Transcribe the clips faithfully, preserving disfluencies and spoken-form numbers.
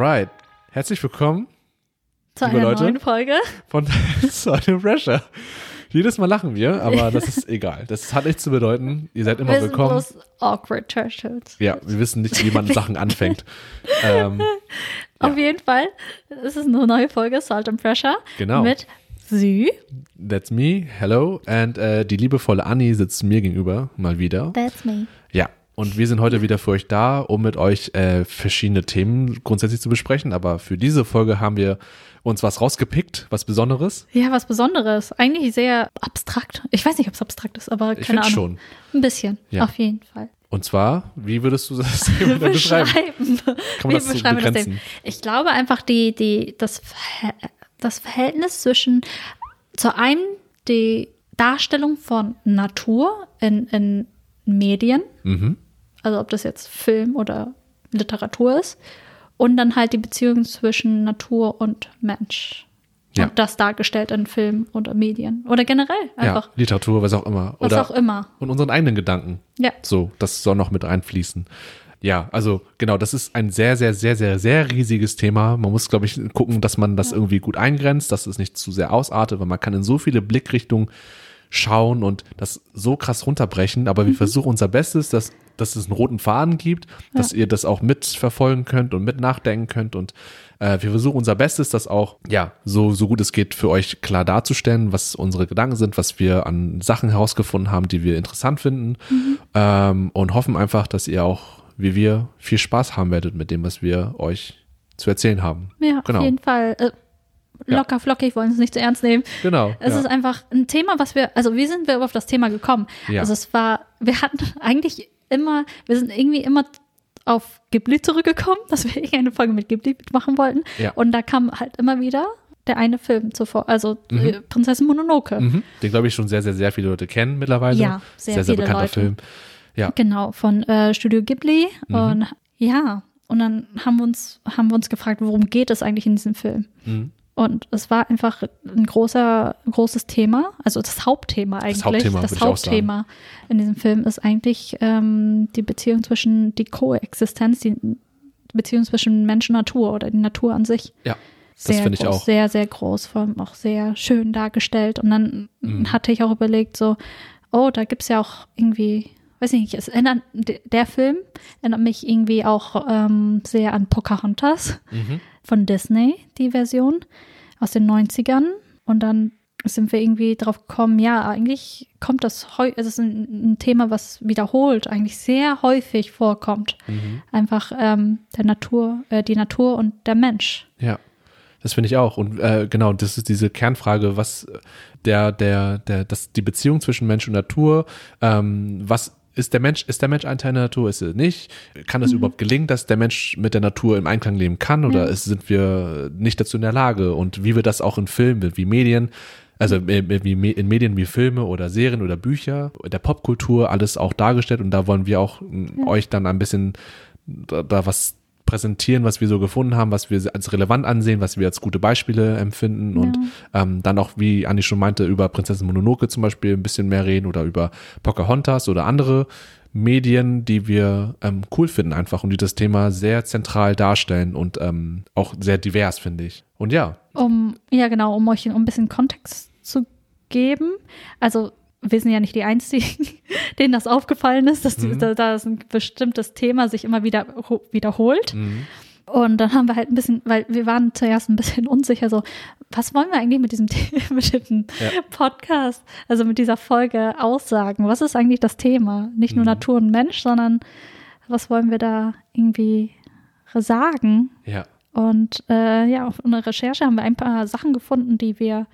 Alright, herzlich willkommen zu einer Leute, neuen Folge von Salt and Pressure. Jedes Mal lachen wir, aber das ist egal. Das hat nichts zu bedeuten. Ihr seid immer wir willkommen. Sind bloß awkward Thresholds. Ja, wir wissen nicht, wie man Sachen anfängt. ähm, Auf ja. jeden Fall, es ist eine neue Folge Salt and Pressure Genau. mit Sü. That's me, hello. Und äh, die liebevolle Anni sitzt mir gegenüber, mal wieder. That's me. Ja, und wir sind heute wieder für euch da, um mit euch äh, verschiedene Themen grundsätzlich zu besprechen. Aber für diese Folge haben wir uns was rausgepickt, was Besonderes. Ja, was Besonderes. Eigentlich sehr abstrakt. Ich weiß nicht, ob es abstrakt ist, aber Ich keine finde Ahnung. schon. Ein bisschen, Ja. auf jeden Fall. Und zwar, wie würdest du das Thema denn beschreiben? Beschreiben. Kann man Wie das so beschreiben wir das begrenzen? denn? Ich glaube einfach, die, die, das, Verhä- das Verhältnis zwischen zu einem die Darstellung von Natur in, in Medien, Mhm. also ob das jetzt Film oder Literatur ist, und dann halt die Beziehung zwischen Natur und Mensch. Ja. Und das dargestellt in Film oder Medien. Oder generell einfach. Ja, Literatur, was auch immer. Was Oder auch immer. Und unseren eigenen Gedanken. Ja. So, das soll noch mit einfließen. Ja, also genau, das ist ein sehr, sehr, sehr, sehr, sehr riesiges Thema. Man muss, glaube ich, gucken, dass man das Ja. irgendwie gut eingrenzt, dass es nicht zu sehr ausartet, weil man kann in so viele Blickrichtungen schauen und das so krass runterbrechen. Aber wir Mhm. versuchen unser Bestes, dass, dass es einen roten Faden gibt, dass ihr das auch mitverfolgen könnt und mit nachdenken könnt. Und äh, wir versuchen unser Bestes, das auch ja so, so gut es geht für euch klar darzustellen, was unsere Gedanken sind, was wir an Sachen herausgefunden haben, die wir interessant finden. Mhm. Ähm, und hoffen einfach, dass ihr auch, wie wir, viel Spaß haben werdet mit dem, was wir euch zu erzählen haben. Ja, Genau. auf jeden Fall. Äh, locker, flockig, wollen es nicht zu ernst nehmen. Genau. Es ja. ist einfach ein Thema, was wir, also wie sind wir auf das Thema gekommen? Ja. Also es war, wir hatten eigentlich immer, wir sind irgendwie immer auf Ghibli zurückgekommen, dass wir irgendeine Folge mit Ghibli machen wollten. Ja. Und da kam halt immer wieder der eine Film zuvor, also Mhm. äh, Prinzessin Mononoke. Mhm. Den, glaube ich, schon sehr, sehr, sehr viele Leute kennen mittlerweile. Ja, sehr sehr, sehr viele bekannter Leute. Film. Ja. Genau, von äh, Studio Ghibli. Mhm. Und ja, und dann haben wir uns, haben wir uns gefragt, worum geht es eigentlich in diesem Film? Mhm. Und es war einfach ein großer, großes Thema, also das Hauptthema eigentlich. Hauptthema, das würde ich auch Hauptthema in diesem Film ist eigentlich ähm, die Beziehung zwischen, die Koexistenz, die Beziehung zwischen Mensch und Natur oder die Natur an sich. Ja, das Sehr finde ich groß, auch. sehr, sehr groß, vor allem auch sehr schön dargestellt. Und dann Mhm. hatte ich auch überlegt, so, oh, da gibt es ja auch irgendwie, weiß ich nicht, es erinnert, der Film erinnert mich irgendwie auch ähm, sehr an Pocahontas Mhm. von Disney, die Version aus den neunzigern. Und dann sind wir irgendwie drauf gekommen, ja, eigentlich kommt das, heu es ist ein, ein Thema, was wiederholt, eigentlich sehr häufig vorkommt. Mhm. Einfach ähm, der Natur, äh, die Natur und der Mensch. Ja, das finde ich auch. Und äh, genau, das ist diese Kernfrage, was der, der, der, das, die Beziehung zwischen Mensch und Natur, ähm, was ist der Mensch, ist der Mensch ein Teil der Natur, ist er nicht? Kann es Mhm. überhaupt gelingen, dass der Mensch mit der Natur im Einklang leben kann oder Ja. ist, sind wir nicht dazu in der Lage? Und wie wir das auch in Filmen, wie Medien, also äh, wie Me- in Medien wie Filme oder Serien oder Bücher, der Popkultur, alles auch dargestellt und da wollen wir auch m, Ja. euch dann ein bisschen da, da was präsentieren, was wir so gefunden haben, was wir als relevant ansehen, was wir als gute Beispiele empfinden und ähm, dann auch, wie Anni schon meinte, über Prinzessin Mononoke zum Beispiel ein bisschen mehr reden oder über Pocahontas oder andere Medien, die wir ähm, cool finden einfach und die das Thema sehr zentral darstellen und ähm, auch sehr divers, finde ich. Und ja, Um, ja genau, um euch ein bisschen Kontext zu geben. Also wir sind ja nicht die Einzigen, denen das aufgefallen ist, dass Mhm. da, da ein bestimmtes Thema sich immer wieder ho- wiederholt. mhm. Und dann haben wir halt ein bisschen, weil wir waren zuerst ein bisschen unsicher, so, was wollen wir eigentlich mit diesem, The- mit diesem Ja. Podcast, also mit dieser Folge aussagen? Was ist eigentlich das Thema? Nicht nur Mhm. Natur und Mensch, sondern was wollen wir da irgendwie sagen? ja, Und äh, ja, auf einer Recherche haben wir ein paar Sachen gefunden, die wir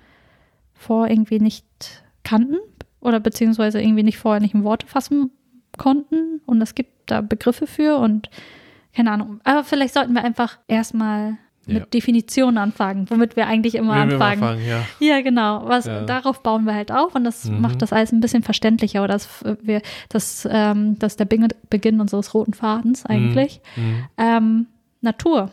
vor irgendwie nicht kannten oder beziehungsweise irgendwie nicht vorher nicht in Worte fassen konnten. Und es gibt da Begriffe für und keine Ahnung. Aber vielleicht sollten wir einfach erstmal mit Ja. Definitionen anfangen, womit wir eigentlich immer Wenn wir mal anfangen. anfangen, ja. Ja, genau. Was, Ja. Darauf bauen wir halt auf und das Mhm. macht das alles ein bisschen verständlicher. Oder das, wir, das, ähm, das ist der Beginn, Beginn unseres roten Fadens eigentlich. Mhm. Ähm, Natur.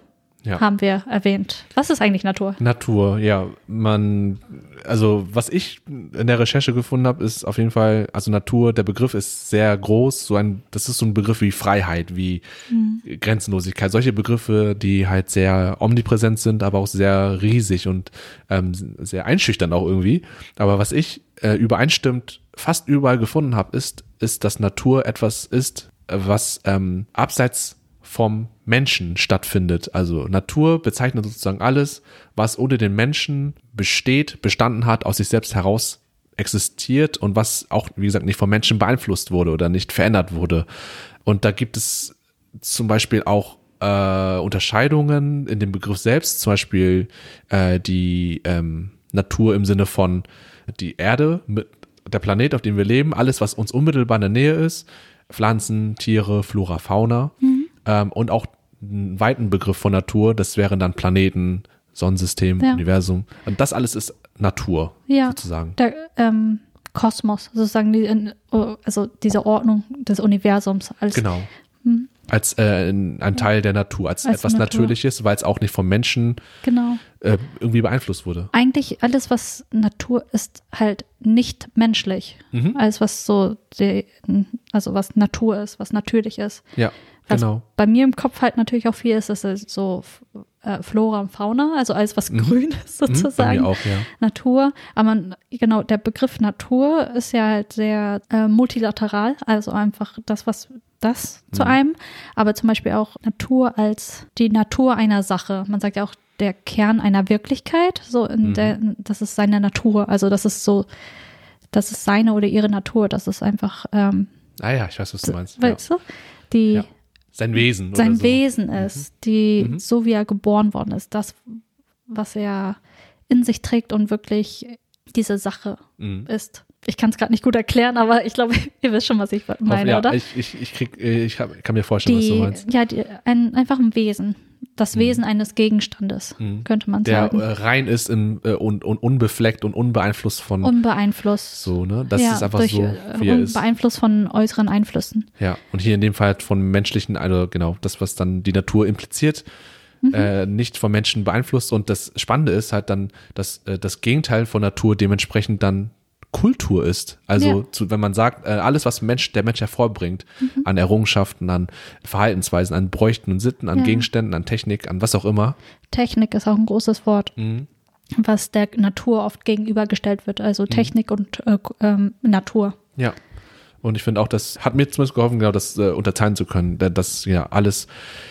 Ja. haben wir erwähnt. Was ist eigentlich Natur? Natur, ja. Man, also was ich in der Recherche gefunden habe, ist auf jeden Fall, also Natur, der Begriff ist sehr groß. So ein, das ist so ein Begriff wie Freiheit, wie mhm. Grenzenlosigkeit. Solche Begriffe, die halt sehr omnipräsent sind, aber auch sehr riesig und ähm, sehr einschüchternd auch irgendwie. Aber was ich äh, übereinstimmend fast überall gefunden habe, ist, ist, dass Natur etwas ist, was ähm, abseits vom Menschen stattfindet. Also Natur bezeichnet sozusagen alles, was ohne den Menschen besteht, bestanden hat, aus sich selbst heraus existiert und was auch, wie gesagt, nicht vom Menschen beeinflusst wurde oder nicht verändert wurde. Und da gibt es zum Beispiel auch äh, Unterscheidungen in dem Begriff selbst, zum Beispiel äh, die ähm, Natur im Sinne von die Erde, mit der Planet, auf dem wir leben, alles, was uns unmittelbar in der Nähe ist, Pflanzen, Tiere, Flora, Fauna. Mhm. Ähm, und auch einen weiten Begriff von Natur, das wären dann Planeten, Sonnensystem, ja. Universum. Und das alles ist Natur, ja, sozusagen. Der ähm, Kosmos, sozusagen, die, also diese Ordnung des Universums. Als, genau. Hm. Als äh, ein Teil der Natur, als, als etwas Natur. Natürliches, weil es auch nicht vom Menschen genau. äh, irgendwie beeinflusst wurde. Eigentlich alles, was Natur ist, halt nicht menschlich. Mhm. Alles, was so, die, also was Natur ist, was natürlich ist. Ja. Was genau. bei mir im Kopf halt natürlich auch viel ist, ist so äh, Flora und Fauna, also alles, was mhm. grün ist sozusagen, bei mir auch, ja. Natur. Aber man, genau, der Begriff Natur ist ja halt sehr äh, multilateral, also einfach das, was das mhm. zu einem, aber zum Beispiel auch Natur als die Natur einer Sache. Man sagt ja auch der Kern einer Wirklichkeit, so in mhm. der, das ist seine Natur, also das ist so, das ist seine oder ihre Natur, das ist einfach ähm, ah ja, ich weiß, was du meinst. Weißt ja. du? Die ja. Sein Wesen. Sein oder so. Wesen ist, die, mhm. so wie er geboren worden ist, das, was er in sich trägt und wirklich diese Sache mhm. ist. Ich kann es gerade nicht gut erklären, aber ich glaube, ihr wisst schon, was ich meine, ja, oder? Ich, ich, ich, krieg, ich hab, kann mir vorstellen, die, was du meinst. Ja, die, ein, einfach ein Wesen. Das mhm. Wesen eines Gegenstandes, mhm. könnte man der, sagen. Der äh, rein ist in, äh, und, und unbefleckt und unbeeinflusst von. Unbeeinflusst. So, ne? Das ja, ist einfach durch, so, wie er ist. Unbeeinflusst von äußeren Einflüssen. Ja, und hier in dem Fall halt von menschlichen, also genau, das, was dann die Natur impliziert, mhm. äh, nicht vom Menschen beeinflusst. Und das Spannende ist halt dann, dass äh, das Gegenteil von Natur dementsprechend dann Kultur ist. Also ja. zu, wenn man sagt, äh, alles, was Mensch, der Mensch hervorbringt, mhm. an Errungenschaften, an Verhaltensweisen, an Bräuchten und Sitten, an ja. Gegenständen, an Technik, an was auch immer. Technik ist auch ein großes Wort, mhm. was der Natur oft gegenübergestellt wird. Also Technik mhm. und äh, ähm, Natur. Ja. Und ich finde auch, das hat mir zumindest geholfen, genau das äh, unterteilen zu können, dass ja alles,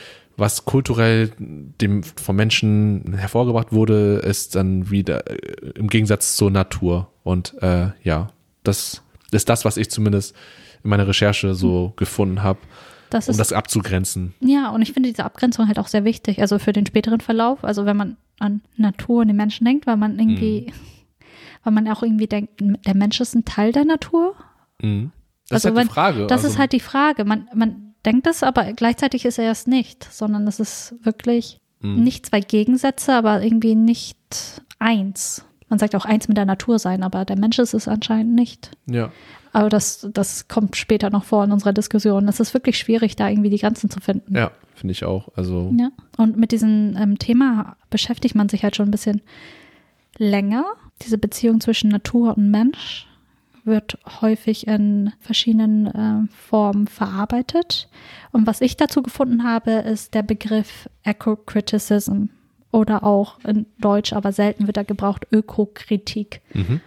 was kulturell dem vom Menschen hervorgebracht wurde, ist dann wieder äh, im Gegensatz zur Natur. Und äh, ja, das ist das, was ich zumindest in meiner Recherche so mhm. gefunden habe, um ist, das abzugrenzen. Ja, und ich finde diese Abgrenzung halt auch sehr wichtig, also für den späteren Verlauf, also wenn man an Natur und den Menschen denkt, weil man irgendwie, mhm. weil man auch irgendwie denkt, der Mensch ist ein Teil der Natur. Mhm. Das also ist halt die Frage. Das also, ist halt die Frage. Man, man denkt es, aber gleichzeitig ist er es nicht, sondern es ist wirklich mhm. nicht zwei Gegensätze, aber irgendwie nicht eins. Man sagt auch eins mit der Natur sein, aber der Mensch ist es anscheinend nicht. Ja. Aber das, das kommt später noch vor in unserer Diskussion. Es ist wirklich schwierig, da irgendwie die Grenzen zu finden. Ja, finde ich auch. Also ja. Und mit diesem ähm, Thema beschäftigt man sich halt schon ein bisschen länger. Diese Beziehung zwischen Natur und Mensch wird häufig in verschiedenen äh, Formen verarbeitet. Und was ich dazu gefunden habe, ist der Begriff Eco-Criticism oder auch in Deutsch, aber selten wird er gebraucht, Ökokritik. Mhm.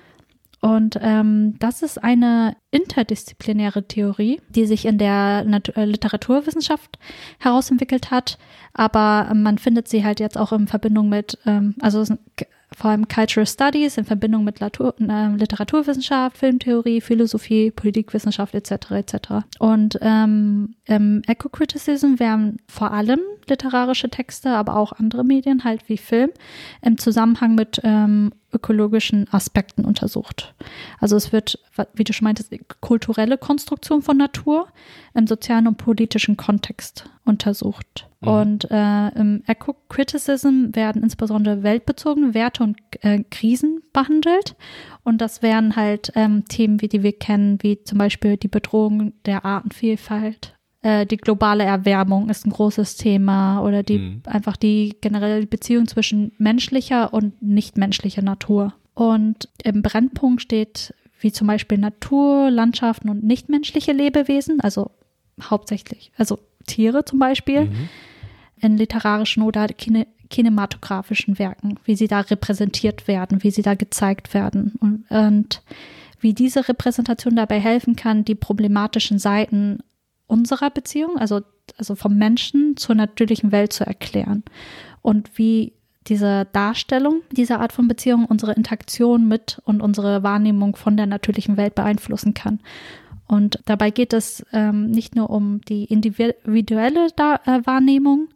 Und ähm, das ist eine interdisziplinäre Theorie, die sich in der Nat- äh, Literaturwissenschaft herausentwickelt hat, aber man findet sie halt jetzt auch in Verbindung mit, ähm, also vor allem Cultural Studies in Verbindung mit Latur, äh, Literaturwissenschaft, Filmtheorie, Philosophie, Politikwissenschaft et cetera et cetera. Und ähm, im Eco-Criticism werden vor allem literarische Texte, aber auch andere Medien, halt wie Film, im Zusammenhang mit ähm, ökologischen Aspekten untersucht. Also es wird, wie du schon meintest, kulturelle Konstruktion von Natur im sozialen und politischen Kontext untersucht. Mhm. Und äh, im Eco-Criticism werden insbesondere weltbezogene Werte und äh, Krisen behandelt. Und das wären halt ähm, Themen, wie die wir kennen, wie zum Beispiel die Bedrohung der Artenvielfalt, äh, die globale Erwärmung ist ein großes Thema oder die mhm. einfach die generelle Beziehung zwischen menschlicher und nichtmenschlicher Natur. Und im Brennpunkt steht wie zum Beispiel Natur, Landschaften und nichtmenschliche Lebewesen, also hauptsächlich, also Tiere zum Beispiel, mhm. in literarischen oder kine, kinematografischen Werken, wie sie da repräsentiert werden, wie sie da gezeigt werden und, und wie diese Repräsentation dabei helfen kann, die problematischen Seiten unserer Beziehung, also, also vom Menschen zur natürlichen Welt zu erklären und wie diese Darstellung dieser Art von Beziehung unsere Interaktion mit und unsere Wahrnehmung von der natürlichen Welt beeinflussen kann. Und dabei geht es ähm, nicht nur um die individuelle Dar- äh, Wahrnehmung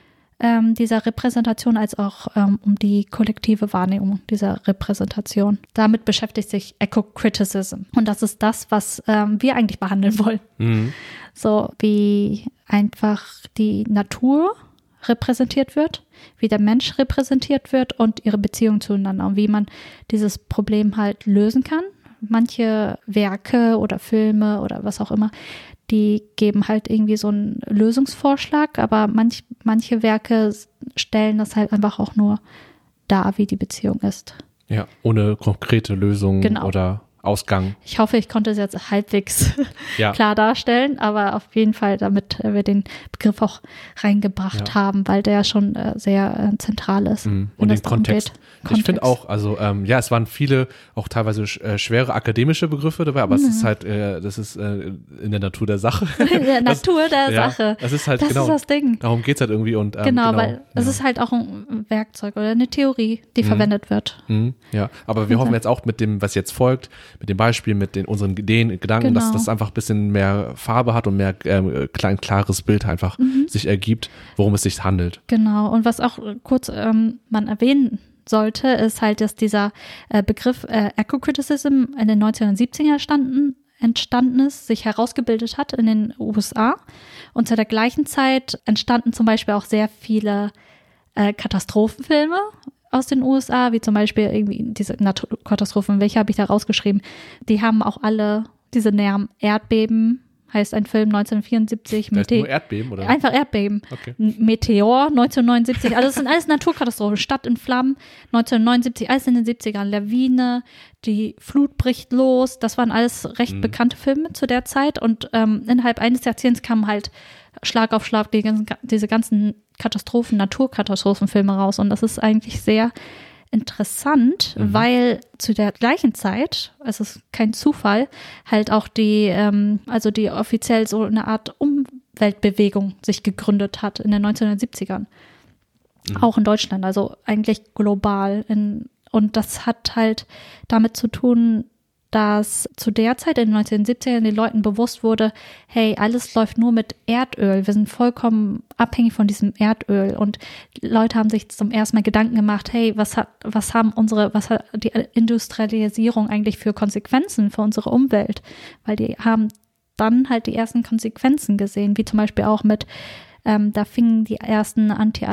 ähm, dieser Repräsentation, als auch ähm, um die kollektive Wahrnehmung dieser Repräsentation. Damit beschäftigt sich Eco-Criticism. Und das ist das, was ähm, wir eigentlich behandeln wollen. Mhm. So wie einfach die Natur repräsentiert wird, wie der Mensch repräsentiert wird und ihre Beziehung zueinander und wie man dieses Problem halt lösen kann. Manche Werke oder Filme oder was auch immer, die geben halt irgendwie so einen Lösungsvorschlag, aber manch, manche Werke stellen das halt einfach auch nur dar, wie die Beziehung ist. Ja, ohne konkrete Lösung genau. oder Ausgang. Ich hoffe, ich konnte es jetzt halbwegs ja. klar darstellen, aber auf jeden Fall, damit wir den Begriff auch reingebracht ja. haben, weil der schon äh, sehr äh, zentral ist. Mhm. Und den Kontext. Kontext. Ich finde auch, also ähm, ja, es waren viele, auch teilweise sch- äh, schwere akademische Begriffe dabei, aber mhm. es ist halt, äh, das ist äh, in der Natur der Sache. In der das, Natur der ja, Sache. Das ist halt das genau. ist das Ding. Darum geht es halt irgendwie. Und, ähm, genau, genau, weil ja. es ist halt auch ein Werkzeug oder eine Theorie, die mhm. verwendet wird. Mhm. Ja, aber wir mhm. hoffen jetzt auch mit dem, was jetzt folgt, mit dem Beispiel, mit den unseren Ideen, Gedanken, genau. dass das einfach ein bisschen mehr Farbe hat und mehr ähm, ein klares Bild einfach mhm. sich ergibt, worum es sich handelt. Genau, und was auch kurz ähm, man erwähnen sollte, ist halt, dass dieser äh, Begriff äh, Eco-Criticism in den neunzehnhundertsiebziger entstanden, entstanden ist, sich herausgebildet hat in den U S A. Und zu der gleichen Zeit entstanden zum Beispiel auch sehr viele äh, Katastrophenfilme aus den U S A, wie zum Beispiel irgendwie diese Naturkatastrophen, welche habe ich da rausgeschrieben? Die haben auch alle diese Namen Erdbeben, heißt ein Film neunzehnhundertvierundsiebzig. Mete- nur Erdbeben, oder? Einfach Erdbeben. Okay. Meteor neunzehnhundertneunundsiebzig, also das sind alles Naturkatastrophen. Stadt in Flammen neunzehnhundertneunundsiebzig, alles in den siebzigern. Lawine, die Flut bricht los. Das waren alles recht mhm. bekannte Filme zu der Zeit. Und ähm, innerhalb eines Jahrzehnts kamen halt Schlag auf Schlag die ganzen, diese ganzen Katastrophen, Naturkatastrophenfilme raus. Und das ist eigentlich sehr interessant, mhm. weil zu der gleichen Zeit, es ist kein Zufall, halt auch die, ähm, also die offiziell so eine Art Umweltbewegung sich gegründet hat in den neunzehnhundertsiebzigern. Mhm. Auch in Deutschland, also eigentlich global. In, und das hat halt damit zu tun, dass zu der Zeit in den neunzehnhundertsiebzigern den Leuten bewusst wurde, hey, alles läuft nur mit Erdöl. Wir sind vollkommen abhängig von diesem Erdöl. Und Leute haben sich zum ersten Mal Gedanken gemacht, hey, was hat, was haben unsere, was hat die Industrialisierung eigentlich für Konsequenzen für unsere Umwelt? Weil die haben dann halt die ersten Konsequenzen gesehen, wie zum Beispiel auch mit Ähm, da fingen die ersten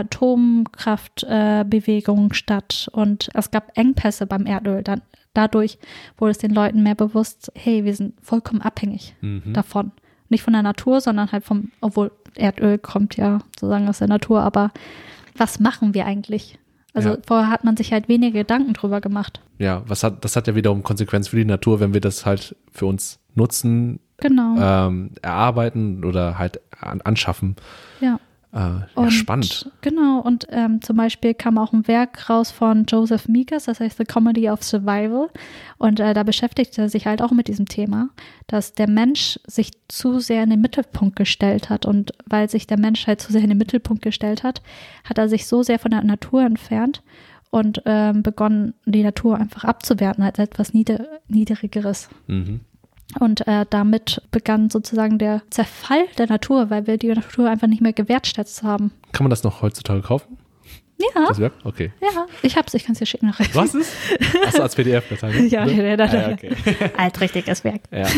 Anti-Atomkraft-Bewegungen äh, statt und es gab Engpässe beim Erdöl. Dann, dadurch wurde es den Leuten mehr bewusst, hey, wir sind vollkommen abhängig mhm. davon. Nicht von der Natur, sondern halt vom, obwohl Erdöl kommt ja sozusagen aus der Natur, aber was machen wir eigentlich? Also ja. vorher hat man sich halt weniger Gedanken drüber gemacht. Ja, was hat, das hat ja wiederum Konsequenz für die Natur, wenn wir das halt für uns nutzen, genau. ähm, erarbeiten oder halt an, anschaffen. Ja. Äh, ja, und, spannend. Genau, und ähm, zum Beispiel kam auch ein Werk raus von Joseph Migas, das heißt The Comedy of Survival. Und äh, da beschäftigt er sich halt auch mit diesem Thema, dass der Mensch sich zu sehr in den Mittelpunkt gestellt hat. Und weil sich der Mensch halt zu sehr in den Mittelpunkt gestellt hat, hat er sich so sehr von der Natur entfernt und ähm, begonnen, die Natur einfach abzuwerten als etwas Nieder- Niedrigeres. Mhm. Und äh, damit begann sozusagen der Zerfall der Natur, weil wir die Natur einfach nicht mehr gewertschätzt haben. Kann man das noch heutzutage kaufen? Ja. Das Werk? Okay. Ja, ich hab's, ich kann es dir schicken. Nachher. Was ist? Achso, als P D F-Datei. Ne? Ja, ja, ja, ah, ja, okay. Altrichtiges Werk. Ja.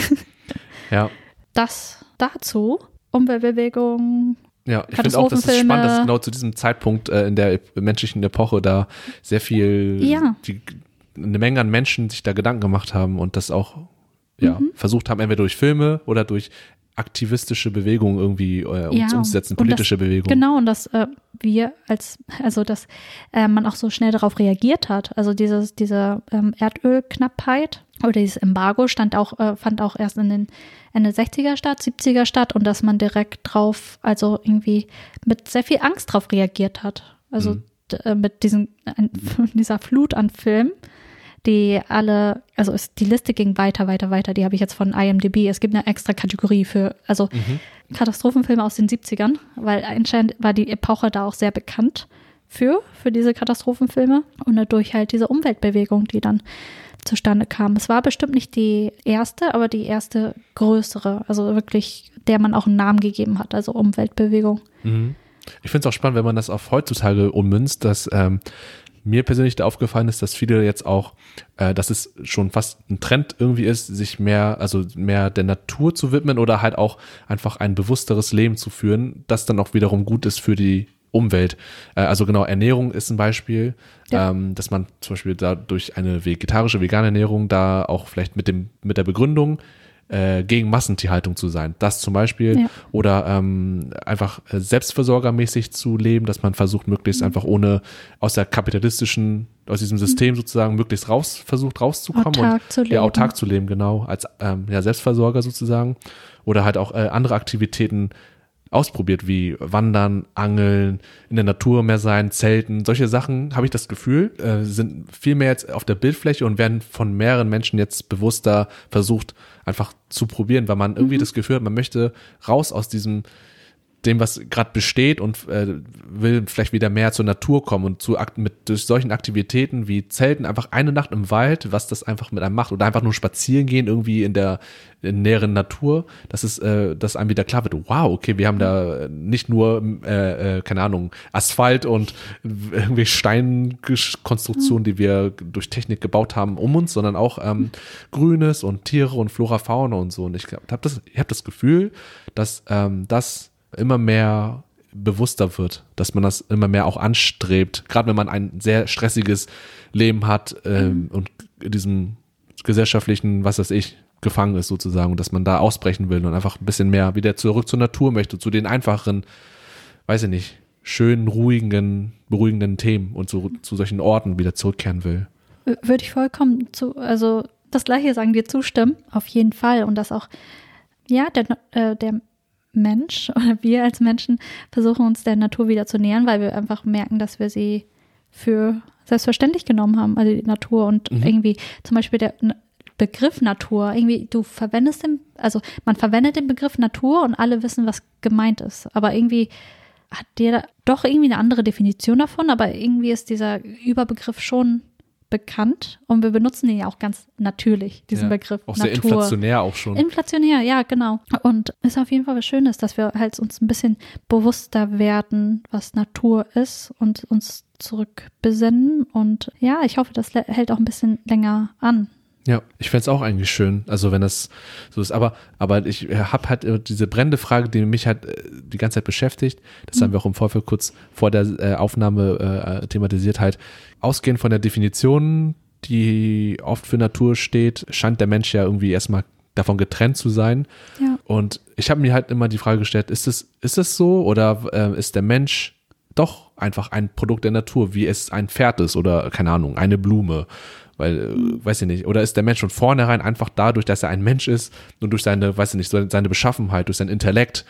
ja. Das dazu, Umweltbewegung. Ja, ich finde auch, das ist spannend, dass genau zu diesem Zeitpunkt äh, in der menschlichen Epoche da sehr viel, ja. die, eine Menge an Menschen sich da Gedanken gemacht haben und das auch ja, mhm. versucht haben, entweder durch Filme oder durch aktivistische Bewegung irgendwie äh, ja, umzusetzen, politische das, Bewegung. Genau, und dass äh, wir als, also dass äh, man auch so schnell darauf reagiert hat. Also dieses, diese ähm, Erdölknappheit oder dieses Embargo stand auch, äh, fand auch erst in den Ende sechziger statt, siebziger statt und dass man direkt drauf, also irgendwie mit sehr viel Angst drauf reagiert hat. Also mhm. d- äh, mit diesen, äh, dieser Flut an Filmen, die alle, also es, die Liste ging weiter, weiter, weiter. Die habe ich jetzt von I M D B. Es gibt eine extra Kategorie für, also mhm. Katastrophenfilme aus den siebzigern, weil anscheinend war die Epoche da auch sehr bekannt für, für diese Katastrophenfilme und dadurch halt diese Umweltbewegung, die dann zustande kam. Es war bestimmt nicht die erste, aber die erste größere, also wirklich, der man auch einen Namen gegeben hat, also Umweltbewegung. Mhm. Ich finde es auch spannend, wenn man das auf heutzutage ummünzt, dass ähm, mir persönlich da aufgefallen ist, dass viele jetzt auch, äh, dass es schon fast ein Trend irgendwie ist, sich mehr, also mehr der Natur zu widmen oder halt auch einfach ein bewussteres Leben zu führen, das dann auch wiederum gut ist für die Umwelt. Äh, also genau, Ernährung ist ein Beispiel, ja. ähm, dass man zum Beispiel da durch eine vegetarische, vegane Ernährung da auch vielleicht mit dem, mit der Begründung äh, gegen Massentierhaltung zu sein. Das zum Beispiel. Ja. Oder ähm, einfach äh, selbstversorgermäßig zu leben, dass man versucht, möglichst mhm. einfach ohne aus der kapitalistischen, aus diesem System mhm. sozusagen möglichst raus, versucht rauszukommen. Autark und zu leben. Ja, autark zu leben, genau, als ähm, ja, Selbstversorger sozusagen. Oder halt auch äh, andere Aktivitäten ausprobiert, wie Wandern, Angeln, in der Natur mehr sein, Zelten, solche Sachen, habe ich das Gefühl, äh, sind viel mehr jetzt auf der Bildfläche und werden von mehreren Menschen jetzt bewusster versucht, einfach zu probieren, weil man irgendwie mhm. das Gefühl hat, man möchte raus aus diesem, dem, was gerade besteht und äh, will vielleicht wieder mehr zur Natur kommen und zu mit durch solchen Aktivitäten wie Zelten, einfach eine Nacht im Wald, was das einfach mit einem macht oder einfach nur spazieren gehen irgendwie in der in näheren Natur, dass es, äh, dass einem wieder klar wird, wow, okay, wir haben da nicht nur, äh, äh, keine Ahnung, Asphalt und irgendwie Steinkonstruktionen, die wir durch Technik gebaut haben um uns, sondern auch ähm, Grünes und Tiere und Flora, Fauna und so. Und ich habe das, ich habe das Gefühl, dass ähm, das immer mehr bewusster wird, dass man das immer mehr auch anstrebt, gerade wenn man ein sehr stressiges Leben hat ähm, mhm. und in diesem gesellschaftlichen, was weiß ich, gefangen ist sozusagen und dass man da ausbrechen will und einfach ein bisschen mehr wieder zurück zur Natur möchte, zu den einfachen, weiß ich nicht, schönen, ruhigen, beruhigenden Themen und zu, zu solchen Orten wieder zurückkehren will. Würde ich vollkommen zu, also das Gleiche sagen, dir zustimmen, auf jeden Fall und dass auch, ja, der, äh, der Mensch oder wir als Menschen versuchen uns der Natur wieder zu nähern, weil wir einfach merken, dass wir sie für selbstverständlich genommen haben, also die Natur und mhm. irgendwie zum Beispiel der Begriff Natur, irgendwie du verwendest den, also man verwendet den Begriff Natur und alle wissen, was gemeint ist, aber irgendwie hat der doch irgendwie eine andere Definition davon, aber irgendwie ist dieser Überbegriff schon bekannt und wir benutzen den ja auch ganz natürlich, diesen ja, Begriff auch Natur. Sehr inflationär auch schon. Inflationär, ja, genau. Und ist auf jeden Fall was Schönes, dass wir halt uns ein bisschen bewusster werden, was Natur ist und uns zurückbesinnen und ja, ich hoffe, das hält auch ein bisschen länger an. Ja, ich fände es auch eigentlich schön, also wenn das so ist, aber aber ich habe halt diese brennende Frage, die mich halt die ganze Zeit beschäftigt, das mhm. haben wir auch im Vorfeld kurz vor der äh, Aufnahme äh, thematisiert, halt ausgehend von der Definition, die oft für Natur steht, scheint der Mensch ja irgendwie erstmal davon getrennt zu sein. Ja. Und ich habe mir halt immer die Frage gestellt, ist es ist es so oder äh, ist der Mensch doch einfach ein Produkt der Natur, wie es ein Pferd ist oder keine Ahnung, eine Blume? Weil, mhm. weiß ich nicht, oder ist der Mensch von vornherein einfach dadurch, dass er ein Mensch ist und durch seine, weiß ich nicht, seine Beschaffenheit, durch sein Intellekt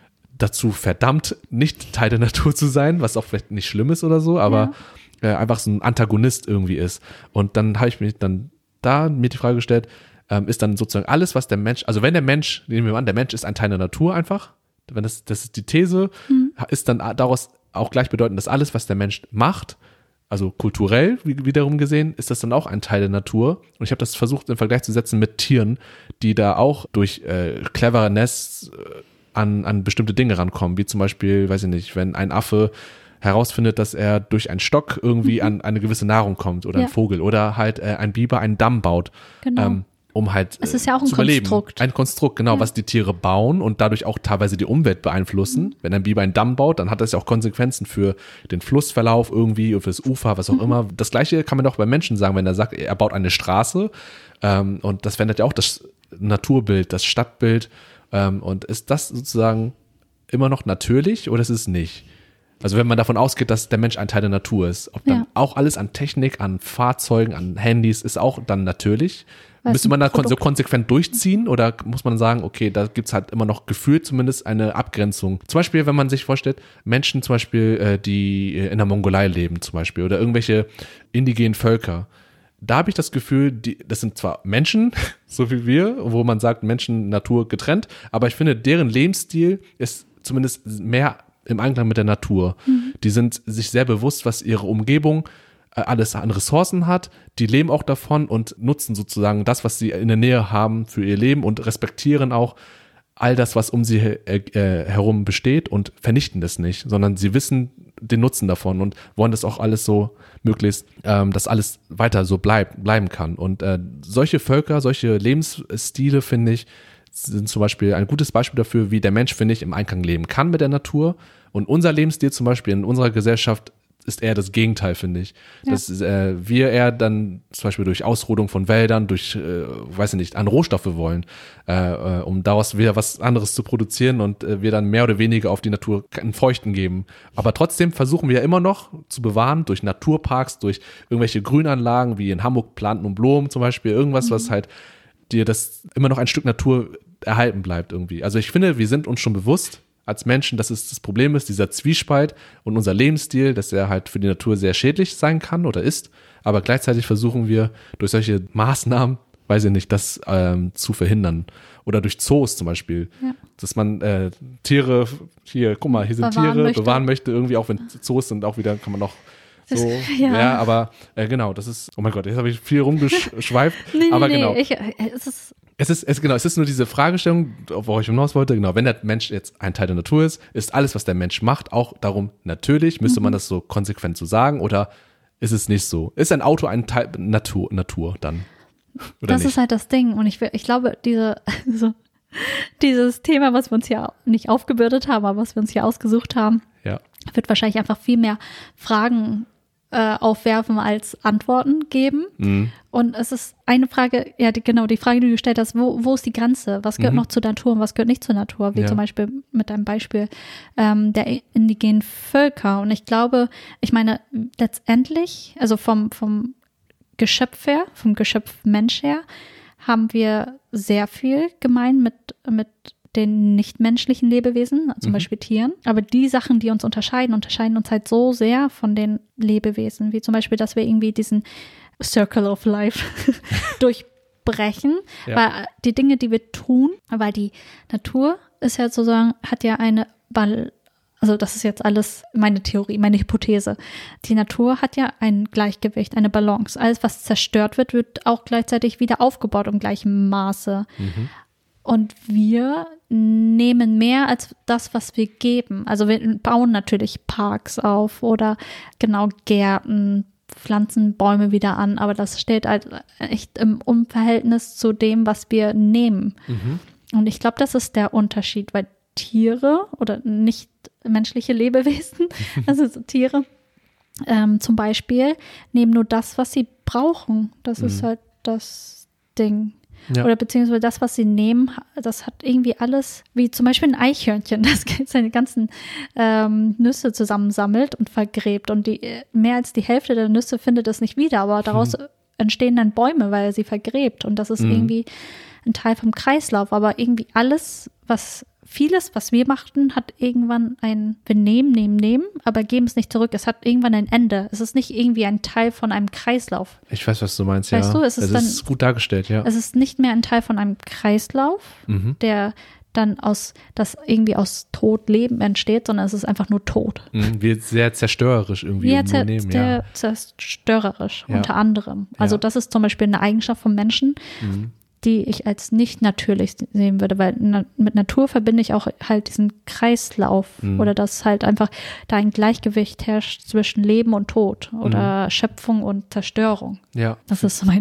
dazu verdammt, nicht Teil der Natur zu sein, was auch vielleicht nicht schlimm ist oder so, aber ja. äh, einfach so ein Antagonist irgendwie ist. Und dann habe ich mir dann da mir die Frage gestellt, ähm, ist dann sozusagen alles, was der Mensch, also wenn der Mensch, nehmen wir mal an, der Mensch ist ein Teil der Natur einfach, wenn das, das ist die These, mhm. ist dann daraus auch gleichbedeutend, dass alles, was der Mensch macht, also kulturell wiederum gesehen, ist das dann auch ein Teil der Natur. Und ich habe das versucht im Vergleich zu setzen mit Tieren, die da auch durch äh, Cleverness äh, an, an bestimmte Dinge rankommen. Wie zum Beispiel, weiß ich nicht, wenn ein Affe herausfindet, dass er durch einen Stock irgendwie mhm. an eine gewisse Nahrung kommt oder ja. ein Vogel oder halt äh, ein Biber einen Damm baut. Genau. Ähm, um halt es ist ja auch ein zu überleben. Konstrukt. Ein Konstrukt, genau, ja. was die Tiere bauen und dadurch auch teilweise die Umwelt beeinflussen. Mhm. Wenn ein Biber einen Damm baut, dann hat das ja auch Konsequenzen für den Flussverlauf irgendwie und fürs Ufer, was auch mhm. immer. Das Gleiche kann man doch bei Menschen sagen, wenn er sagt, er baut eine Straße ähm, und das verändert ja auch das Naturbild, das Stadtbild Ähm, und ist das sozusagen immer noch natürlich oder ist es nicht? Also wenn man davon ausgeht, dass der Mensch ein Teil der Natur ist, ob dann ja. auch alles an Technik, an Fahrzeugen, an Handys ist auch dann natürlich. Weil müsste man da kon- so konsequent durchziehen oder muss man sagen, okay, da gibt's halt immer noch gefühlt zumindest eine Abgrenzung. Zum Beispiel, wenn man sich vorstellt, Menschen zum Beispiel, äh, die in der Mongolei leben zum Beispiel oder irgendwelche indigenen Völker. Da habe ich das Gefühl, die, das sind zwar Menschen, so wie wir, wo man sagt, Menschen, Natur getrennt, aber ich finde, deren Lebensstil ist zumindest mehr im Einklang mit der Natur. Mhm. Die sind sich sehr bewusst, was ihre Umgebung äh, alles an Ressourcen hat. Die leben auch davon und nutzen sozusagen das, was sie in der Nähe haben für ihr Leben und respektieren auch all das, was um sie äh, äh, herum besteht und vernichten das nicht, sondern sie wissen den Nutzen davon und wollen das auch alles so möglichst, ähm, dass alles weiter so bleibt, bleiben kann. Und äh, solche Völker, solche Lebensstile, finde ich, sind zum Beispiel ein gutes Beispiel dafür, wie der Mensch, finde ich, im Einklang leben kann mit der Natur. Und unser Lebensstil zum Beispiel in unserer Gesellschaft ist eher das Gegenteil, finde ich. Ja. Dass äh, wir eher dann zum Beispiel durch Ausrodung von Wäldern, durch, äh, weiß ich nicht, an Rohstoffe wollen, äh, äh, um daraus wieder was anderes zu produzieren und äh, wir dann mehr oder weniger auf die Natur einen Feuchten geben. Aber trotzdem versuchen wir ja immer noch zu bewahren durch Naturparks, durch irgendwelche Grünanlagen, wie in Hamburg Planten und Blumen zum Beispiel, irgendwas, mhm. was halt dir das immer noch ein Stück Natur erhalten bleibt irgendwie. Also ich finde, wir sind uns schon bewusst als Menschen, dass es das Problem ist, dieser Zwiespalt und unser Lebensstil, dass er halt für die Natur sehr schädlich sein kann oder ist, aber gleichzeitig versuchen wir durch solche Maßnahmen, weiß ich nicht, das ähm, zu verhindern. Oder durch Zoos zum Beispiel, ja. dass man äh, Tiere, hier, guck mal, hier sind bewahren Tiere, möchte. bewahren möchte, irgendwie auch wenn Zoos sind, auch wieder kann man noch so, ja. ja, aber äh, genau, das ist, oh mein Gott, jetzt habe ich viel rumgeschweift, nee, aber nee, genau. Ich, es ist Es ist, es, genau, es ist nur diese Fragestellung, worauf ich hinaus wollte, genau, wenn der Mensch jetzt ein Teil der Natur ist, ist alles, was der Mensch macht, auch darum natürlich, müsste mhm. man das so konsequent so sagen oder ist es nicht so? Ist ein Auto ein Teil Natur, Natur dann? Oder das nicht? Ist halt das Ding und ich, ich glaube, diese, so, dieses Thema, was wir uns ja nicht aufgebürdet haben, aber was wir uns hier ausgesucht haben, ja. wird wahrscheinlich einfach viel mehr Fragen äh, aufwerfen als Antworten geben. Mhm. Und es ist eine Frage, ja die, genau, die Frage, die du gestellt hast, wo, wo ist die Grenze? Was gehört mhm. noch zur Natur und was gehört nicht zur Natur? Wie ja. zum Beispiel mit deinem Beispiel ähm, der indigenen Völker. Und ich glaube, ich meine, letztendlich, also vom, vom Geschöpf her, vom Geschöpf Mensch her, haben wir sehr viel gemein mit, mit den nichtmenschlichen Lebewesen, zum mhm. Beispiel Tieren. Aber die Sachen, die uns unterscheiden, unterscheiden uns halt so sehr von den Lebewesen, wie zum Beispiel, dass wir irgendwie diesen Circle of Life durchbrechen, ja. weil die Dinge, die wir tun, weil die Natur ist ja sozusagen, hat ja eine Ball, also das ist jetzt alles meine Theorie, meine Hypothese. Die Natur hat ja ein Gleichgewicht, eine Balance. Alles, was zerstört wird, wird auch gleichzeitig wieder aufgebaut im gleichen Maße. Mhm. Und wir nehmen mehr als das, was wir geben. Also wir bauen natürlich Parks auf oder genau Gärten, pflanzen Bäume wieder an, aber das steht halt echt im Unverhältnis zu dem, was wir nehmen. Mhm. Und ich glaube, das ist der Unterschied, weil Tiere oder nicht menschliche Lebewesen, also so Tiere ähm, zum Beispiel, nehmen nur das, was sie brauchen. Das mhm. ist halt das Ding. Ja. Oder beziehungsweise das, was sie nehmen, das hat irgendwie alles, wie zum Beispiel ein Eichhörnchen, das seine ganzen ähm, Nüsse zusammensammelt und vergräbt. Und die mehr als die Hälfte der Nüsse findet es nicht wieder, aber daraus hm. entstehen dann Bäume, weil er sie vergräbt. Und das ist hm. irgendwie ein Teil vom Kreislauf. Aber irgendwie alles, was vieles, was wir machten, hat irgendwann ein, wir nehmen, nehmen, nehmen, aber geben es nicht zurück. Es hat irgendwann ein Ende. Es ist nicht irgendwie ein Teil von einem Kreislauf. Ich weiß, was du meinst, weißt ja. Du, es ist, es dann, ist gut dargestellt, ja. Es ist nicht mehr ein Teil von einem Kreislauf, mhm. der dann aus, das irgendwie aus Tod Leben entsteht, sondern es ist einfach nur Tod. Mhm, wird sehr zerstörerisch irgendwie. Ja, zer- nehmen, ja. Sehr zerstörerisch, ja. unter anderem. Also ja. das ist zum Beispiel eine Eigenschaft von Menschen, mhm. die ich als nicht natürlich sehen würde, weil na, mit Natur verbinde ich auch halt diesen Kreislauf mhm. oder dass halt einfach da ein Gleichgewicht herrscht zwischen Leben und Tod oder mhm. Schöpfung und Zerstörung. Ja. Das ist so mein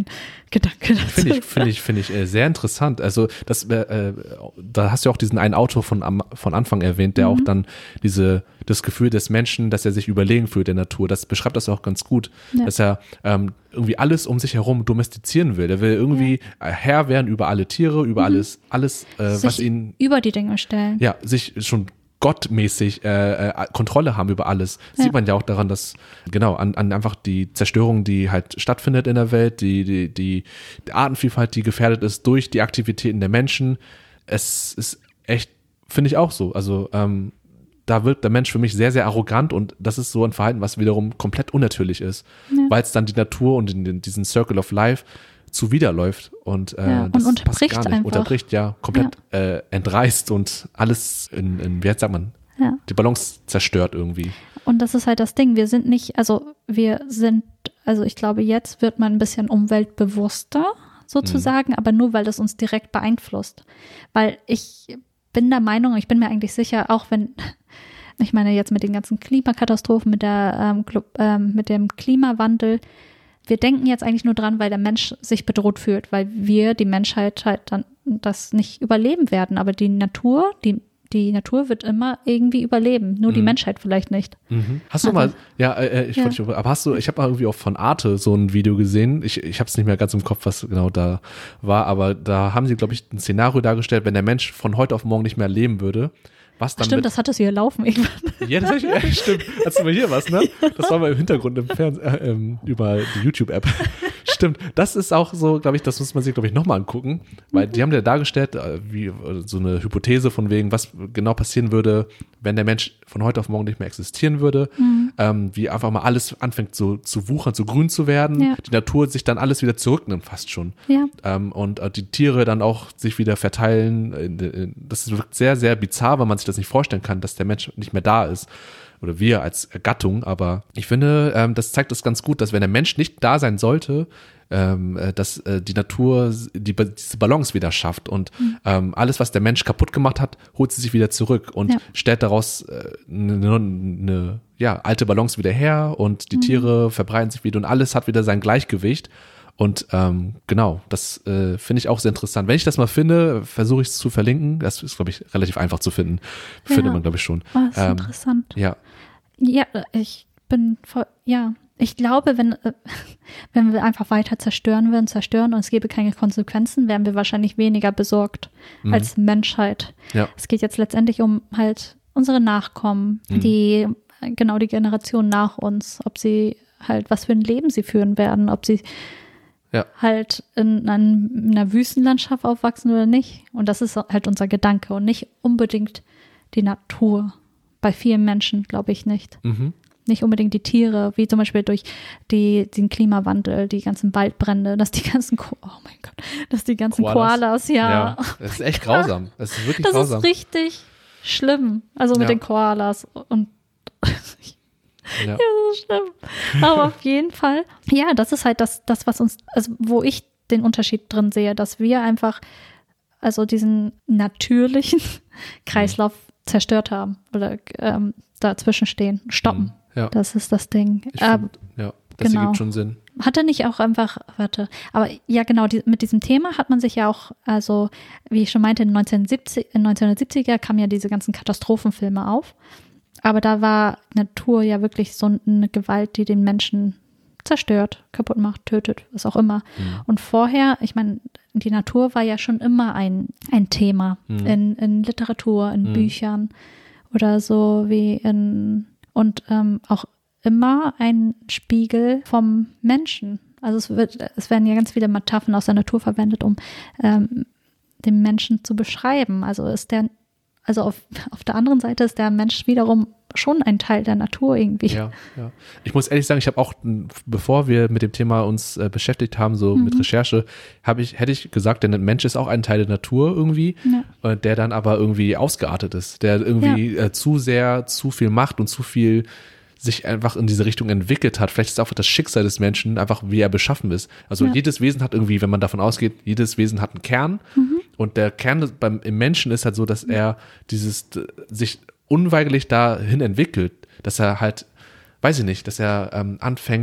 Gedanke dazu. Finde ich, finde ich, finde ich äh, sehr interessant. Also das, äh, da hast du auch diesen einen Autor von, am, von Anfang erwähnt, der mhm. auch dann diese, das Gefühl des Menschen, dass er sich überlegen fühlt der Natur, das beschreibt das auch ganz gut, ja. dass er ähm, irgendwie alles um sich herum domestizieren will. Er will irgendwie ja. Herr werden über alle Tiere, über mhm. alles, alles, äh, was ihn über die Dinge stellen. Ja, sich schon gottmäßig äh, äh, Kontrolle haben über alles. Ja. Sieht man ja auch daran, dass, genau, an, an einfach die Zerstörung, die halt stattfindet in der Welt, die, die, die, die Artenvielfalt, die gefährdet ist durch die Aktivitäten der Menschen. Es ist echt, finde ich auch so. Also ähm, da wird der Mensch für mich sehr, sehr arrogant und das ist so ein Verhalten, was wiederum komplett unnatürlich ist, ja. weil es dann die Natur und in, in diesen Circle of Life zuwiderläuft und, äh, ja, und das unterbricht passt gar nicht. Einfach. Unterbricht, ja, komplett ja. Äh, entreißt und alles in, in wie sagt man, ja. die Balance zerstört irgendwie. Und das ist halt das Ding, wir sind nicht, also wir sind, also ich glaube, jetzt wird man ein bisschen umweltbewusster sozusagen, mhm. aber nur, weil das uns direkt beeinflusst. Weil ich bin der Meinung, ich bin mir eigentlich sicher, auch wenn, ich meine jetzt mit den ganzen Klimakatastrophen, mit der ähm, Glo- ähm, mit dem Klimawandel, wir denken jetzt eigentlich nur dran, weil der Mensch sich bedroht fühlt, weil wir, die Menschheit, halt dann das nicht überleben werden. Aber die Natur, die, die Natur wird immer irgendwie überleben. Nur mhm. die Menschheit vielleicht nicht. Mhm. Hast du also, mal, ja, äh, ich ja. wollte dich, aber hast du, ich habe mal irgendwie auch von Arte so ein Video gesehen. Ich, ich habe es nicht mehr ganz im Kopf, was genau da war, aber da haben sie, glaube ich, ein Szenario dargestellt, wenn der Mensch von heute auf morgen nicht mehr leben würde. Was dann stimmt, mit, das hattest du hier laufen irgendwann. Ja, das ja, stimmt. Als du mal hier warst, ne? Das war mal im Hintergrund im Fernsehen, äh, ähm, über die YouTube-App. Stimmt. Das ist auch so, glaube ich, das muss man sich, glaube ich, nochmal angucken, weil die haben ja dargestellt, äh, wie äh, so eine Hypothese von wegen, was genau passieren würde, wenn der Mensch von heute auf morgen nicht mehr existieren würde, mhm. ähm, wie einfach mal alles anfängt so zu wuchern, zu grün zu werden, ja. die Natur sich dann alles wieder zurücknimmt fast schon. Ja. Ähm, und äh, die Tiere dann auch sich wieder verteilen. Das wirkt sehr, sehr bizarr, weil man sich das nicht vorstellen kann, dass der Mensch nicht mehr da ist. Oder wir als Gattung, aber ich finde, ähm, das zeigt es ganz gut, dass wenn der Mensch nicht da sein sollte, ähm, dass äh, die Natur die, diese Balance wieder schafft und mhm. ähm, alles, was der Mensch kaputt gemacht hat, holt sie sich wieder zurück und ja. stellt daraus eine äh, ne, ja, alte Balance wieder her und die mhm. Tiere verbreiten sich wieder und alles hat wieder sein Gleichgewicht. Und ähm, genau, das äh, finde ich auch sehr interessant. Wenn ich das mal finde, versuche ich es zu verlinken. Das ist, glaube ich, relativ einfach zu finden. Ja. Findet man, glaube ich, schon. Oh, das ist ähm, interessant. Ja. Ja, ich bin voll, ja. Ich glaube, wenn, wenn wir einfach weiter zerstören würden, zerstören und es gäbe keine Konsequenzen, wären wir wahrscheinlich weniger besorgt mhm. als Menschheit. Ja. Es geht jetzt letztendlich um halt unsere Nachkommen, mhm. die, genau die Generation nach uns, ob sie halt, was für ein Leben sie führen werden, ob sie Ja. halt in, in einer Wüstenlandschaft aufwachsen oder nicht. Und das ist halt unser Gedanke und nicht unbedingt die Natur. Bei vielen Menschen glaube ich nicht. Mhm. Nicht unbedingt die Tiere, wie zum Beispiel durch die, den Klimawandel, die ganzen Waldbrände, dass die ganzen, Ko- oh mein Gott, dass die ganzen Koalas, Koalas ja. ja. Das ist echt grausam. Das ist wirklich das grausam. Das ist richtig schlimm. Also mit ja. den Koalas und Ja. Ja, das ist schlimm. Aber auf jeden Fall, ja, das ist halt das, das, was uns, also wo ich den Unterschied drin sehe, dass wir einfach, also diesen natürlichen Kreislauf zerstört haben oder ähm, dazwischen stehen, stoppen. Ja. Das ist das Ding. Ich ähm, find, ja, das genau. ergibt schon Sinn. Hat er nicht auch einfach, warte, aber ja genau, die, mit diesem Thema hat man sich ja auch, also wie ich schon meinte, in neunzehnhundertsiebziger kamen ja diese ganzen Katastrophenfilme auf. Aber da war Natur ja wirklich so eine Gewalt, die den Menschen zerstört, kaputt macht, tötet, was auch immer. Mhm. Und vorher, ich meine, die Natur war ja schon immer ein, ein Thema mhm. in, in Literatur, in mhm. Büchern oder so wie in, und ähm, auch immer ein Spiegel vom Menschen. Also es wird, es werden ja ganz viele Metaphern aus der Natur verwendet, um ähm, den Menschen zu beschreiben. Also ist der Also auf, auf der anderen Seite ist der Mensch wiederum schon ein Teil der Natur irgendwie. Ja, ja. Ich muss ehrlich sagen, ich habe auch, bevor wir mit dem Thema uns äh, beschäftigt haben, so mhm. mit Recherche, habe ich, hätte ich gesagt, der Mensch ist auch ein Teil der Natur irgendwie, ja. äh, der dann aber irgendwie ausgeartet ist, der irgendwie ja. äh, zu sehr, zu viel Macht und zu viel sich einfach in diese Richtung entwickelt hat. Vielleicht ist auch das Schicksal des Menschen einfach, wie er beschaffen ist. Also ja. jedes Wesen hat irgendwie, wenn man davon ausgeht, jedes Wesen hat einen Kern. Mhm. Und der Kern beim, im Menschen ist halt so, dass er dieses, sich unweigerlich dahin entwickelt, dass er halt, weiß ich nicht, dass er ähm, anfängt,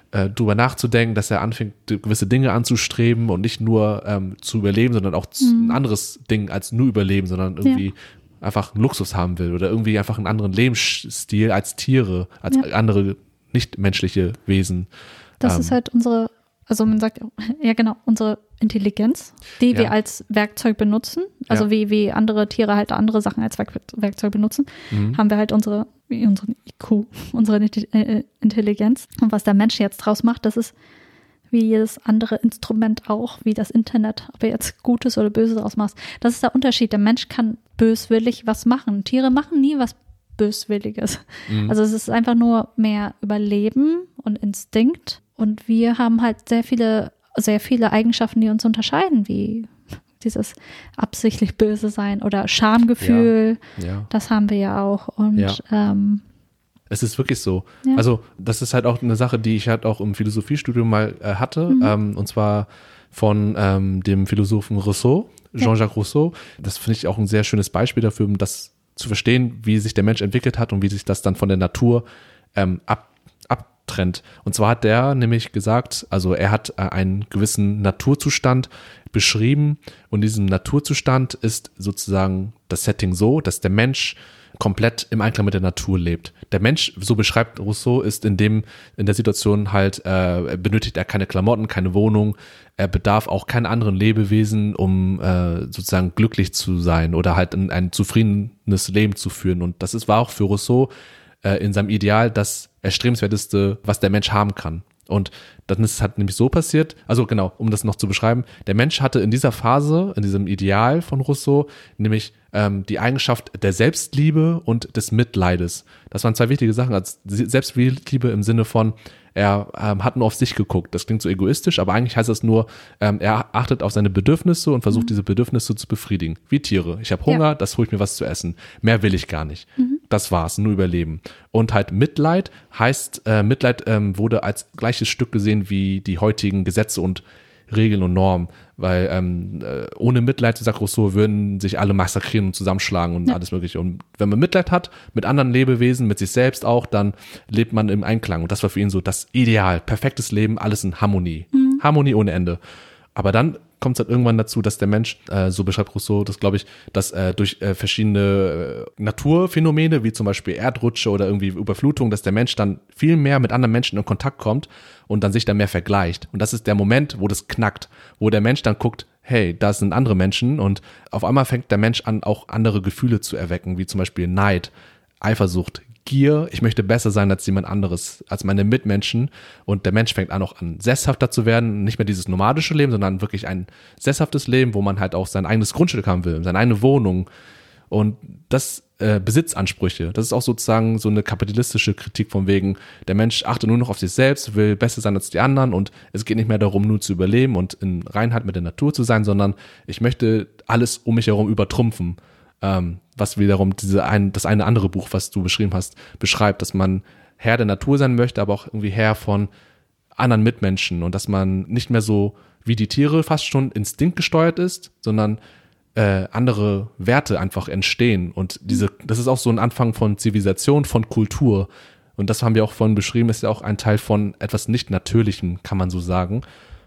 äh, drüber nachzudenken, dass er anfängt, gewisse Dinge anzustreben und nicht nur ähm, zu überleben, sondern auch mhm. ein anderes Ding als nur überleben, sondern irgendwie ja. einfach einen Luxus haben will oder irgendwie einfach einen anderen Lebensstil als Tiere, als ja. andere nichtmenschliche Wesen. Das ähm, ist halt unsere, also man sagt, ja genau, unsere Intelligenz, die ja. wir als Werkzeug benutzen, also ja. wie, wie andere Tiere halt andere Sachen als Werk, Werkzeug benutzen, mhm. haben wir halt unsere, unseren I Q, unsere Intelligenz. Und was der Mensch jetzt draus macht, das ist wie jedes andere Instrument auch, wie das Internet, ob er jetzt Gutes oder Böses draus macht. Das ist der Unterschied. Der Mensch kann böswillig was machen. Tiere machen nie was Böswilliges. Mhm. Also es ist einfach nur mehr Überleben und Instinkt. Und wir haben halt sehr viele sehr viele Eigenschaften, die uns unterscheiden, wie dieses absichtlich böse sein oder Schamgefühl, ja, ja. das haben wir ja auch. Und ja. ähm, es ist wirklich so. Ja. Also das ist halt auch eine Sache, die ich halt auch im Philosophiestudium mal äh, hatte, mhm. ähm, und zwar von ähm, dem Philosophen Rousseau, Jean-Jacques ja. Rousseau. Das finde ich auch ein sehr schönes Beispiel dafür, um das zu verstehen, wie sich der Mensch entwickelt hat und wie sich das dann von der Natur ähm, ab Trend. Und zwar hat der nämlich gesagt, also er hat äh, einen gewissen Naturzustand beschrieben und diesem Naturzustand ist sozusagen das Setting so, dass der Mensch komplett im Einklang mit der Natur lebt. Der Mensch, so beschreibt Rousseau, ist in dem, in der Situation halt, äh, benötigt er keine Klamotten, keine Wohnung, er bedarf auch keinen anderen Lebewesen, um äh, sozusagen glücklich zu sein oder halt ein, ein zufriedenes Leben zu führen. Und das ist, war auch für Rousseau äh, in seinem Ideal das Erstrebenswerteste, was der Mensch haben kann. Und dann ist es halt nämlich so passiert, also genau, um das noch zu beschreiben, der Mensch hatte in dieser Phase, in diesem Ideal von Rousseau, nämlich ähm, die Eigenschaft der Selbstliebe und des Mitleides. Das waren zwei wichtige Sachen, als Selbstliebe im Sinne von, er ähm, hat nur auf sich geguckt. Das klingt so egoistisch, aber eigentlich heißt das nur, ähm, er achtet auf seine Bedürfnisse und versucht, mhm. diese Bedürfnisse zu befriedigen. Wie Tiere. Ich habe Hunger, ja. das hole ich mir was zu essen. Mehr will ich gar nicht. Mhm. Das war's, nur Überleben. Und halt Mitleid heißt, äh, Mitleid ähm, wurde als gleiches Stück gesehen wie die heutigen Gesetze und Regeln und Normen, weil ähm, ohne Mitleid, sagt Rousseau, würden sich alle massakrieren und zusammenschlagen und ja. alles mögliche. Und wenn man Mitleid hat mit anderen Lebewesen, mit sich selbst auch, dann lebt man im Einklang. Und das war für ihn so das Ideal, perfektes Leben, alles in Harmonie. Mhm. Harmonie ohne Ende. Aber dann kommt es halt irgendwann dazu, dass der Mensch, äh, so beschreibt Rousseau, das glaube ich, dass äh, durch äh, verschiedene äh, Naturphänomene, wie zum Beispiel Erdrutsche oder irgendwie Überflutung, dass der Mensch dann viel mehr mit anderen Menschen in Kontakt kommt und dann sich dann mehr vergleicht. Und das ist der Moment, wo das knackt, wo der Mensch dann guckt, hey, da sind andere Menschen und auf einmal fängt der Mensch an, auch andere Gefühle zu erwecken, wie zum Beispiel Neid, Eifersucht, Gier, ich möchte besser sein als jemand anderes, als meine Mitmenschen, und der Mensch fängt an, auch an sesshafter zu werden, nicht mehr dieses nomadische Leben, sondern wirklich ein sesshaftes Leben, wo man halt auch sein eigenes Grundstück haben will, seine eigene Wohnung und das äh, Besitzansprüche, das ist auch sozusagen so eine kapitalistische Kritik von wegen, der Mensch achtet nur noch auf sich selbst, will besser sein als die anderen und es geht nicht mehr darum, nur zu überleben und in Reinheit mit der Natur zu sein, sondern ich möchte alles um mich herum übertrumpfen. Ähm, was wiederum diese ein, das eine andere Buch, was du beschrieben hast, beschreibt, dass man Herr der Natur sein möchte, aber auch irgendwie Herr von anderen Mitmenschen und dass man nicht mehr so wie die Tiere fast schon instinktgesteuert ist, sondern äh, andere Werte einfach entstehen und diese, das ist auch so ein Anfang von Zivilisation, von Kultur und das haben wir auch vorhin beschrieben, ist ja auch ein Teil von etwas nicht Natürlichem, kann man so sagen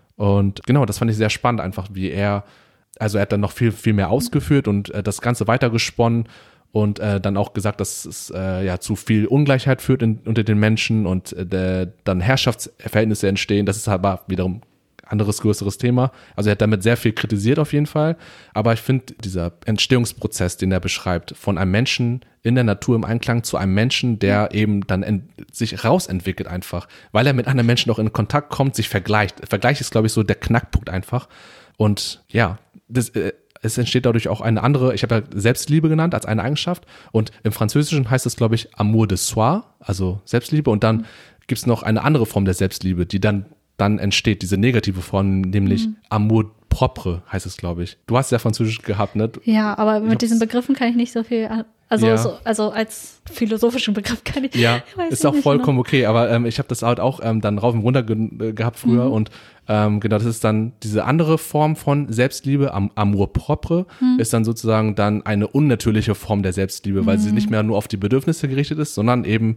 und genau, das fand ich sehr spannend einfach, wie er Also er hat dann noch viel, viel mehr ausgeführt und äh, das Ganze weitergesponnen und äh, dann auch gesagt, dass es äh, ja zu viel Ungleichheit führt in, unter den Menschen und äh, dann Herrschaftsverhältnisse entstehen. Das ist aber wiederum ein anderes, größeres Thema. Also er hat damit sehr viel kritisiert auf jeden Fall. Aber ich finde, dieser Entstehungsprozess, den er beschreibt, von einem Menschen in der Natur im Einklang zu einem Menschen, der eben dann ent- sich rausentwickelt einfach, weil er mit anderen Menschen auch in Kontakt kommt, sich vergleicht. Vergleich ist, glaube ich, so der Knackpunkt einfach. Und ja, das, äh, es entsteht dadurch auch eine andere, ich habe ja Selbstliebe genannt als eine Eigenschaft und im Französischen heißt es, glaube ich, Amour de soi, also Selbstliebe und dann mhm. gibt es noch eine andere Form der Selbstliebe, die dann, dann entsteht, diese negative Form, nämlich mhm. Amour propre heißt es, glaube ich. Du hast ja Französisch gehabt, ne? Ja, aber mit diesen Begriffen kann ich nicht so viel, also, ja. so, also als philosophischen Begriff kann ich. Ja, ist auch vollkommen genau. okay, aber ähm, ich habe das halt auch ähm, dann rauf und runter ge- gehabt früher mhm. und ähm, genau, das ist dann diese andere Form von Selbstliebe, Am- Amour propre, mhm. ist dann sozusagen dann eine unnatürliche Form der Selbstliebe, weil mhm. sie nicht mehr nur auf die Bedürfnisse gerichtet ist, sondern eben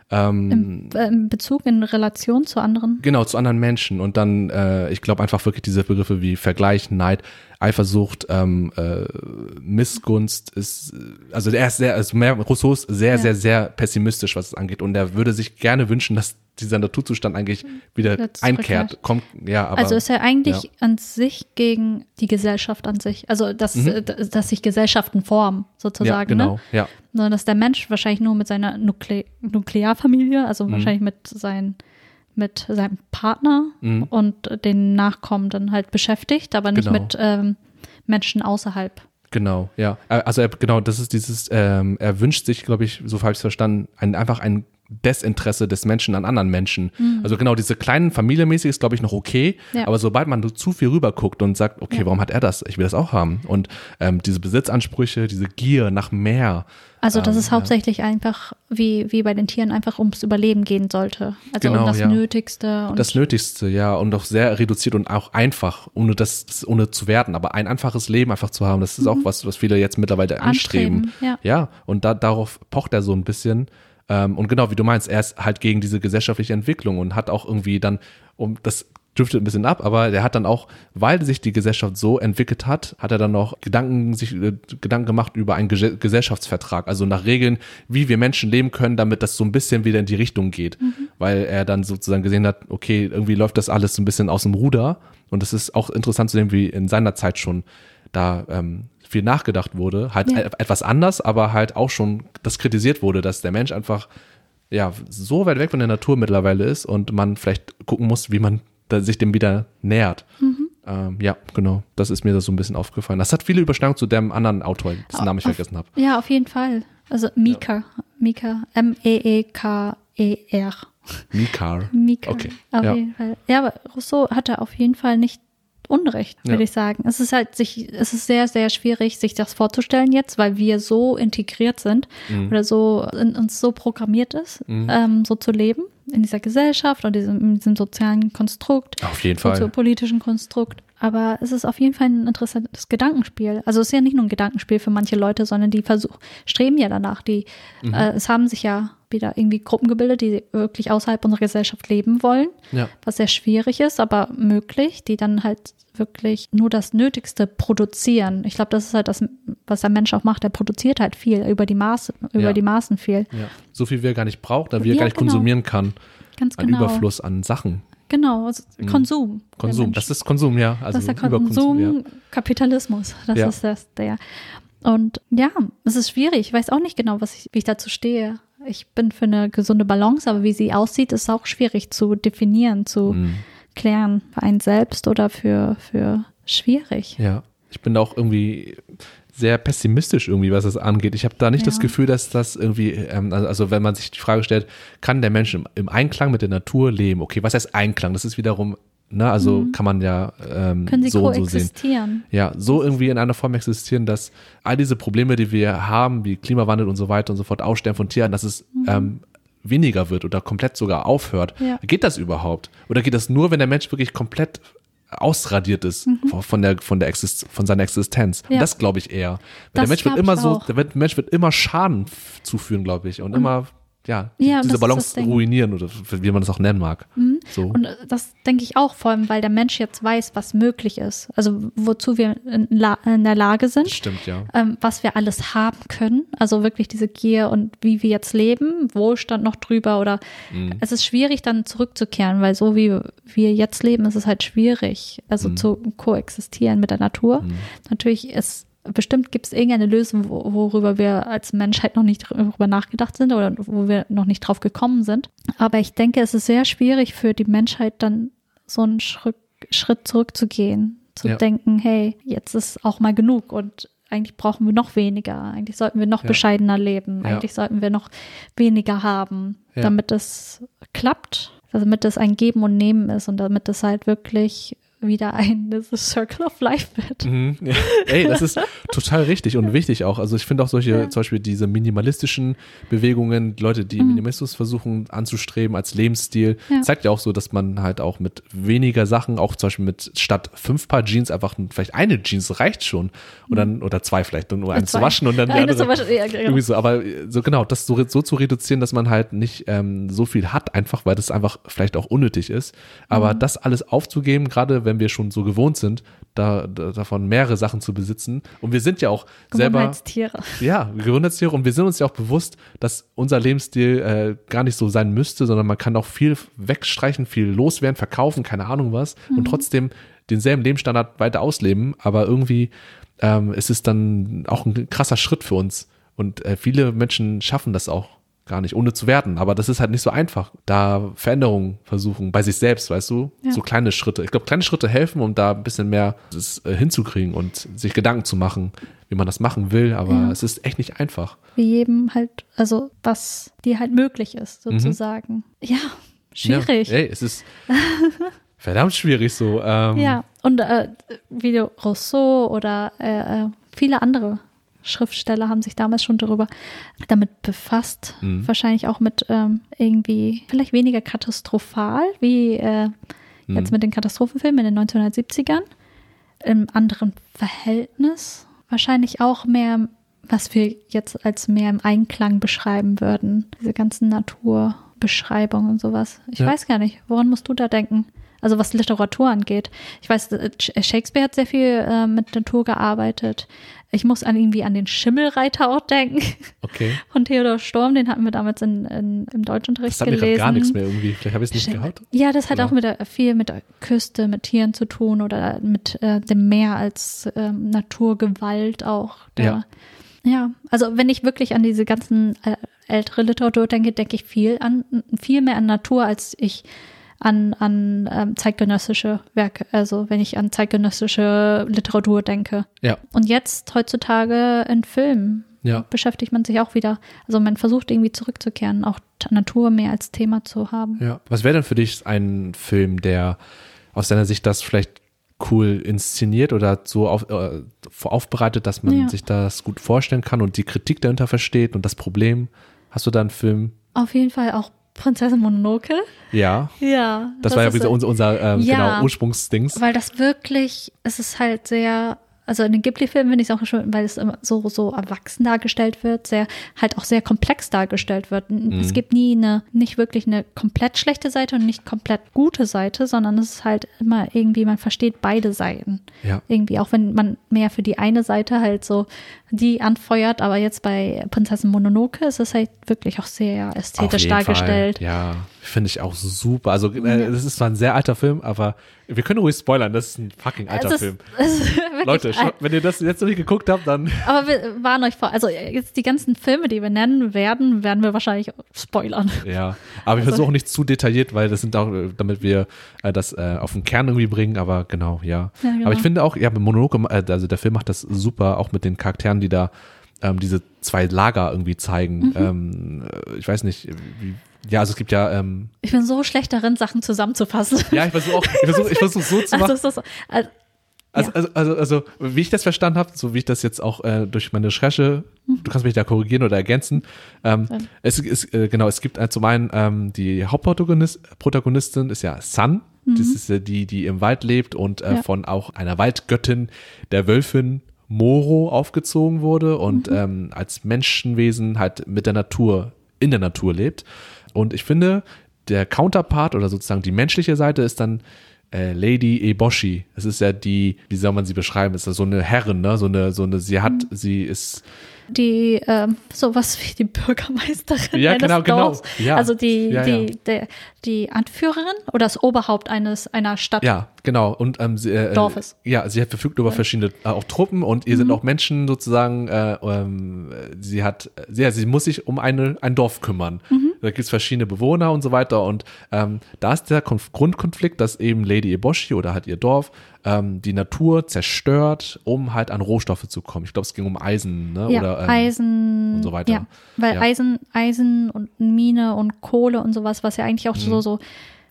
Ähm, Im, äh, Im Bezug, in Relation zu anderen? Genau, zu anderen Menschen. Und dann, äh, ich glaube einfach wirklich diese Begriffe wie Vergleich, Neid, Eifersucht, ähm, äh, Missgunst ist, also er ist sehr, also mehr, Rousseau ist sehr, Ja. sehr, sehr pessimistisch, was es angeht. Und er würde sich gerne wünschen, dass dieser Naturzustand eigentlich wieder Wieder einkehrt. zurückkehrt. Kommt, ja, aber. Also ist er eigentlich ja. an sich gegen die Gesellschaft an sich. Also dass, Mhm. äh, dass sich Gesellschaften formen, sozusagen. ja, genau, Ne? ja. Sondern dass der Mensch wahrscheinlich nur mit seiner Nukle- Nuklearfamilie, also Mhm. wahrscheinlich mit, sein, mit seinem Partner Mhm. und den Nachkommenden halt beschäftigt, aber nicht Genau. mit ähm, Menschen außerhalb. Genau, ja. Äh, Also er, genau, das ist dieses, ähm, er wünscht sich, glaube ich, so habe ich es verstanden, ein, einfach ein Desinteresse des Menschen an anderen Menschen. Mhm. Also genau, diese kleinen familienmäßig ist, glaube ich, noch okay, Ja. aber sobald man zu viel rüber guckt und sagt, okay, Ja. warum hat er das? Ich will das auch haben. Und ähm, diese Besitzansprüche, diese Gier nach mehr. Also dass Ähm, es hauptsächlich einfach, wie, wie bei den Tieren, einfach ums Überleben gehen sollte. Also Genau, um das ja. Nötigste. Und Das Nötigste, ja, und auch sehr reduziert und auch einfach, ohne das, ohne zu werten, aber ein einfaches Leben einfach zu haben, das ist auch was, was viele jetzt mittlerweile anstreben. Anstreben, ja. Ja, und da, darauf pocht er so ein bisschen. Ähm, und genau, wie du meinst, er ist halt gegen diese gesellschaftliche Entwicklung und hat auch irgendwie dann, um das driftet ein bisschen ab, aber der hat dann auch, weil sich die Gesellschaft so entwickelt hat, hat er dann noch Gedanken, sich äh, Gedanken gemacht über einen Ge- Gesellschaftsvertrag, also nach Regeln, wie wir Menschen leben können, damit das so ein bisschen wieder in die Richtung geht, Mhm. weil er dann sozusagen gesehen hat, okay, irgendwie läuft das alles so ein bisschen aus dem Ruder und es ist auch interessant zu sehen, wie in seiner Zeit schon da ähm, viel nachgedacht wurde, halt Ja. e- etwas anders, aber halt auch schon das kritisiert wurde, dass der Mensch einfach ja so weit weg von der Natur mittlerweile ist und man vielleicht gucken muss, wie man da sich dem wieder nähert. Mhm. Ähm, ja, genau. Das ist mir da so ein bisschen aufgefallen. Das hat viele Überschneidungen zu dem anderen Autor, dessen Namen ich Auf- vergessen habe. Ja, auf jeden Fall. Also Mika. Mika. M E E K E R. Mikar. Mika. Okay. Auf Ja. jeden Fall. Ja, aber Rousseau hatte auf jeden Fall nicht Unrecht, würde Ja. ich sagen. Es ist halt sich, es ist sehr, sehr schwierig, sich das vorzustellen jetzt, weil wir so integriert sind Mhm. oder so in uns so programmiert ist, Mhm. ähm, so zu leben in dieser Gesellschaft und diesem, in diesem sozialen Konstrukt, Auf jeden Fall. soziopolitischen Konstrukt. Aber es ist auf jeden Fall ein interessantes Gedankenspiel. Also es ist ja nicht nur ein Gedankenspiel für manche Leute, sondern die versuchen, streben ja danach. Die, Mhm. äh, es haben sich ja wieder irgendwie Gruppen gebildet, die wirklich außerhalb unserer Gesellschaft leben wollen, Ja. was sehr schwierig ist, aber möglich, die dann halt wirklich nur das Nötigste produzieren. Ich glaube, das ist halt das, was der Mensch auch macht. Er produziert halt viel über die Maße, über Ja. die Maßen viel. Ja. So viel wie er gar nicht braucht, da wie er Ja, gar nicht genau. konsumieren kann. Ganz Ein genau. Überfluss an Sachen. Genau, also Konsum. der Konsum. Mensch. Das ist Konsum, ja. Also das ist der Überkonsum, Konsum, ja. Kapitalismus. Das Ja. ist das, der. Und ja, es ist schwierig. Ich weiß auch nicht genau, was ich, wie ich dazu stehe. Ich bin für eine gesunde Balance, aber wie sie aussieht, ist auch schwierig zu definieren, zu Mhm. klären. Für einen selbst oder für, für schwierig. Ja, ich bin da auch irgendwie sehr pessimistisch irgendwie, was das angeht. Ich habe da nicht Ja. das Gefühl, dass das irgendwie, ähm, also, also wenn man sich die Frage stellt, kann der Mensch im, im Einklang mit der Natur leben? Okay, was heißt Einklang? Das ist wiederum, ne, also kann man ja ähm, Können sie so und so sehen. koexistieren? Ja, so irgendwie in einer Form existieren, dass all diese Probleme, die wir haben, wie Klimawandel und so weiter und so fort, Aussterben von Tieren, dass es ähm, weniger wird oder komplett sogar aufhört. Ja. Geht das überhaupt? Oder geht das nur, wenn der Mensch wirklich komplett ausradiert ist von der von der Exist von seiner Existenz? Ja. Und das glaube ich eher. Weil Das der Mensch wird glaub immer ich so, auch. der wird- Mensch wird immer Schaden f- zuführen, glaube ich, und immer ja, die, Ja, und das diese ist Balance das Ding. ruinieren oder wie man das auch nennen mag. So. Und äh, das denke ich auch, vor allem, weil der Mensch jetzt weiß, was möglich ist. Also wozu wir in, La in der Lage sind. Stimmt, ja. Ähm, was wir alles haben können. Also wirklich diese Gier und wie wir jetzt leben, Wohlstand noch drüber oder Mhm. es ist schwierig dann zurückzukehren, weil so wie wir jetzt leben, ist es halt schwierig, also Mhm. zu koexistieren mit der Natur. Natürlich ist bestimmt gibt es irgendeine Lösung, wo, worüber wir als Menschheit noch nicht darüber nachgedacht sind oder wo wir noch nicht drauf gekommen sind. Aber ich denke, es ist sehr schwierig für die Menschheit dann so einen Schritt, Schritt zurückzugehen, zu Ja. denken, hey, jetzt ist auch mal genug und eigentlich brauchen wir noch weniger. Eigentlich sollten wir noch Ja. bescheidener leben. Ja. Eigentlich sollten wir noch weniger haben, Ja. damit es klappt, also damit es ein Geben und Nehmen ist und damit es halt wirklich wieder ein, das ist Circle of Life wird. Mhm, ja. Ey, das ist total richtig und wichtig auch. Also ich finde auch solche, ja. zum Beispiel diese minimalistischen Bewegungen, Leute, die mhm. Minimalismus versuchen anzustreben als Lebensstil, ja. zeigt ja auch so, dass man halt auch mit weniger Sachen, auch zum Beispiel mit statt fünf Paar Jeans einfach vielleicht eine Jeans reicht schon. Und dann, oder zwei vielleicht, nur eine zwei. zu waschen und dann die andere. Zu waschen, ja, genau. Irgendwie so, aber so genau, das so, so zu reduzieren, dass man halt nicht ähm, so viel hat, einfach, weil das einfach vielleicht auch unnötig ist. Aber mhm. das alles aufzugeben, gerade wenn wir schon so gewohnt sind, da, da davon mehrere Sachen zu besitzen. Und wir sind ja auch selber Gewohnheitstiere. Ja, Gewohnheitstiere. Und wir sind uns ja auch bewusst, dass unser Lebensstil äh, gar nicht so sein müsste, sondern man kann auch viel wegstreichen, viel loswerden, verkaufen, keine Ahnung was mhm. und trotzdem denselben Lebensstandard weiter ausleben. Aber irgendwie ähm, ist es dann auch ein krasser Schritt für uns. Und äh, viele Menschen schaffen das auch gar nicht, ohne zu werten. Aber das ist halt nicht so einfach. Da Veränderungen versuchen, bei sich selbst, weißt du? Ja. So kleine Schritte. Ich glaube, kleine Schritte helfen, um da ein bisschen mehr das, äh, hinzukriegen und sich Gedanken zu machen, wie man das machen will. Aber ja. es ist echt nicht einfach. Wie jedem halt, also was dir halt möglich ist, sozusagen. Mhm. Ja, schwierig. Ja, ey, es ist verdammt schwierig so. Ähm, ja, und äh, wie Rousseau oder äh, viele andere Schriftsteller haben sich damals schon darüber damit befasst, mhm. wahrscheinlich auch mit ähm, irgendwie vielleicht weniger katastrophal, wie äh, mhm. jetzt mit den Katastrophenfilmen in den neunzehnhundertsiebzigern, im anderen Verhältnis, wahrscheinlich auch mehr, was wir jetzt als mehr im Einklang beschreiben würden, diese ganzen Naturbeschreibungen und sowas. Ich ja. weiß gar nicht, woran musst du da denken? Also was Literatur angeht. Ich weiß, Shakespeare hat sehr viel äh, mit Natur gearbeitet. Ich muss an irgendwie an den Schimmelreiter auch denken. Okay. Von Theodor Storm, den hatten wir damals in, in, im Deutschunterricht gelesen. Das hat mir gar nichts mehr irgendwie. Vielleicht habe ich es nicht Schimmel. gehört. Ja, das hat oder? auch mit der, viel mit der Küste, mit Tieren zu tun oder mit äh, dem Meer als ähm, Naturgewalt auch. Der, ja. ja, also wenn ich wirklich an diese ganzen äh, ältere Literatur denke, denke ich viel an viel mehr an Natur, als ich an, an ähm, zeitgenössische Werke, also wenn ich an zeitgenössische Literatur denke. Ja. Und jetzt heutzutage in Filmen ja. beschäftigt man sich auch wieder, also man versucht irgendwie zurückzukehren, auch Natur mehr als Thema zu haben. Ja. Was wäre denn für dich ein Film, der aus deiner Sicht das vielleicht cool inszeniert oder so auf, äh, aufbereitet, dass man ja. sich das gut vorstellen kann und die Kritik dahinter versteht und das Problem? Hast du da einen Film? Auf jeden Fall auch Prinzessin Mononoke. Ja. Ja. Das, das war ja wieder unser, unser ähm, ja, genau, Ursprungsdings. Weil das wirklich, es ist halt sehr, also in den Ghibli-Filmen finde ich es auch schon, weil es immer so, so erwachsen dargestellt wird, sehr, halt auch sehr komplex dargestellt wird. Mhm. Es gibt nie eine, nicht wirklich eine komplett schlechte Seite und nicht komplett gute Seite, sondern es ist halt immer irgendwie, man versteht beide Seiten. Ja. Irgendwie, auch wenn man mehr für die eine Seite halt so die anfeuert, aber jetzt bei Prinzessin Mononoke ist es halt wirklich auch sehr ästhetisch dargestellt. Fall. Ja, finde ich auch super. Also äh, das ist zwar ein sehr alter Film, aber wir können ruhig spoilern, das ist ein fucking alter ist, Film. Leute, alt. Wenn ihr das jetzt noch nicht geguckt habt, dann... Aber wir waren euch vor, also jetzt die ganzen Filme, die wir nennen werden, werden wir wahrscheinlich spoilern. Ja, aber wir also, versuchen nicht zu detailliert, weil das sind auch, damit wir äh, das äh, auf den Kern irgendwie bringen, aber genau, ja. ja genau. Aber ich finde auch, ja, Mononoke, äh, also der Film macht das super, auch mit den Charakteren, die da ähm, diese zwei Lager irgendwie zeigen. Mhm. Ähm, ich weiß nicht, wie Ja, also es gibt ja. Ähm, ich bin so schlecht darin, Sachen zusammenzufassen. Ja, ich versuche auch, ich versuche ich versuch so zu machen. Also, so, also, also, ja. also, also, also, wie ich das verstanden habe, so wie ich das jetzt auch äh, durch meine Recherche, mhm. du kannst mich da korrigieren oder ergänzen. Ähm, ja. Es ist äh, genau, es gibt äh, zum einen ähm, die Hauptprotagonistin ist ja Sun. Mhm. Das ist äh, die, die im Wald lebt und äh, ja. von auch einer Waldgöttin, der Wölfin Moro, aufgezogen wurde und mhm. ähm, als Menschenwesen halt mit der Natur in der Natur lebt. Und ich finde, der Counterpart oder sozusagen die menschliche Seite ist dann äh, Lady Eboshi. Es ist ja die, wie soll man sie beschreiben? Es ist so eine Herrin, ne? So eine, so eine, sie hat, mhm. sie ist die, ähm, sowas wie die Bürgermeisterin ja, eines genau, Dorfs. Genau. Ja. Also die, ja, die, ja. Der, die Anführerin oder das Oberhaupt eines, einer Stadt. Ja, genau. Und ähm, sie, äh, Dorfes. Ja, sie hat verfügt über verschiedene äh, auch Truppen und ihr mhm. sind auch Menschen sozusagen, äh, ähm, sie hat, ja, sie muss sich um eine, ein Dorf kümmern. Mhm. Da gibt es verschiedene Bewohner und so weiter und ähm, da ist der Konf- Grundkonflikt, dass eben Lady Eboshi oder halt ihr Dorf ähm, die Natur zerstört, um halt an Rohstoffe zu kommen. Ich glaube, es ging um Eisen, ne? Ja, oder ähm, Eisen und so weiter. Ja, weil ja. Eisen, Eisen und Mine und Kohle und sowas, was ja eigentlich auch mhm. so, so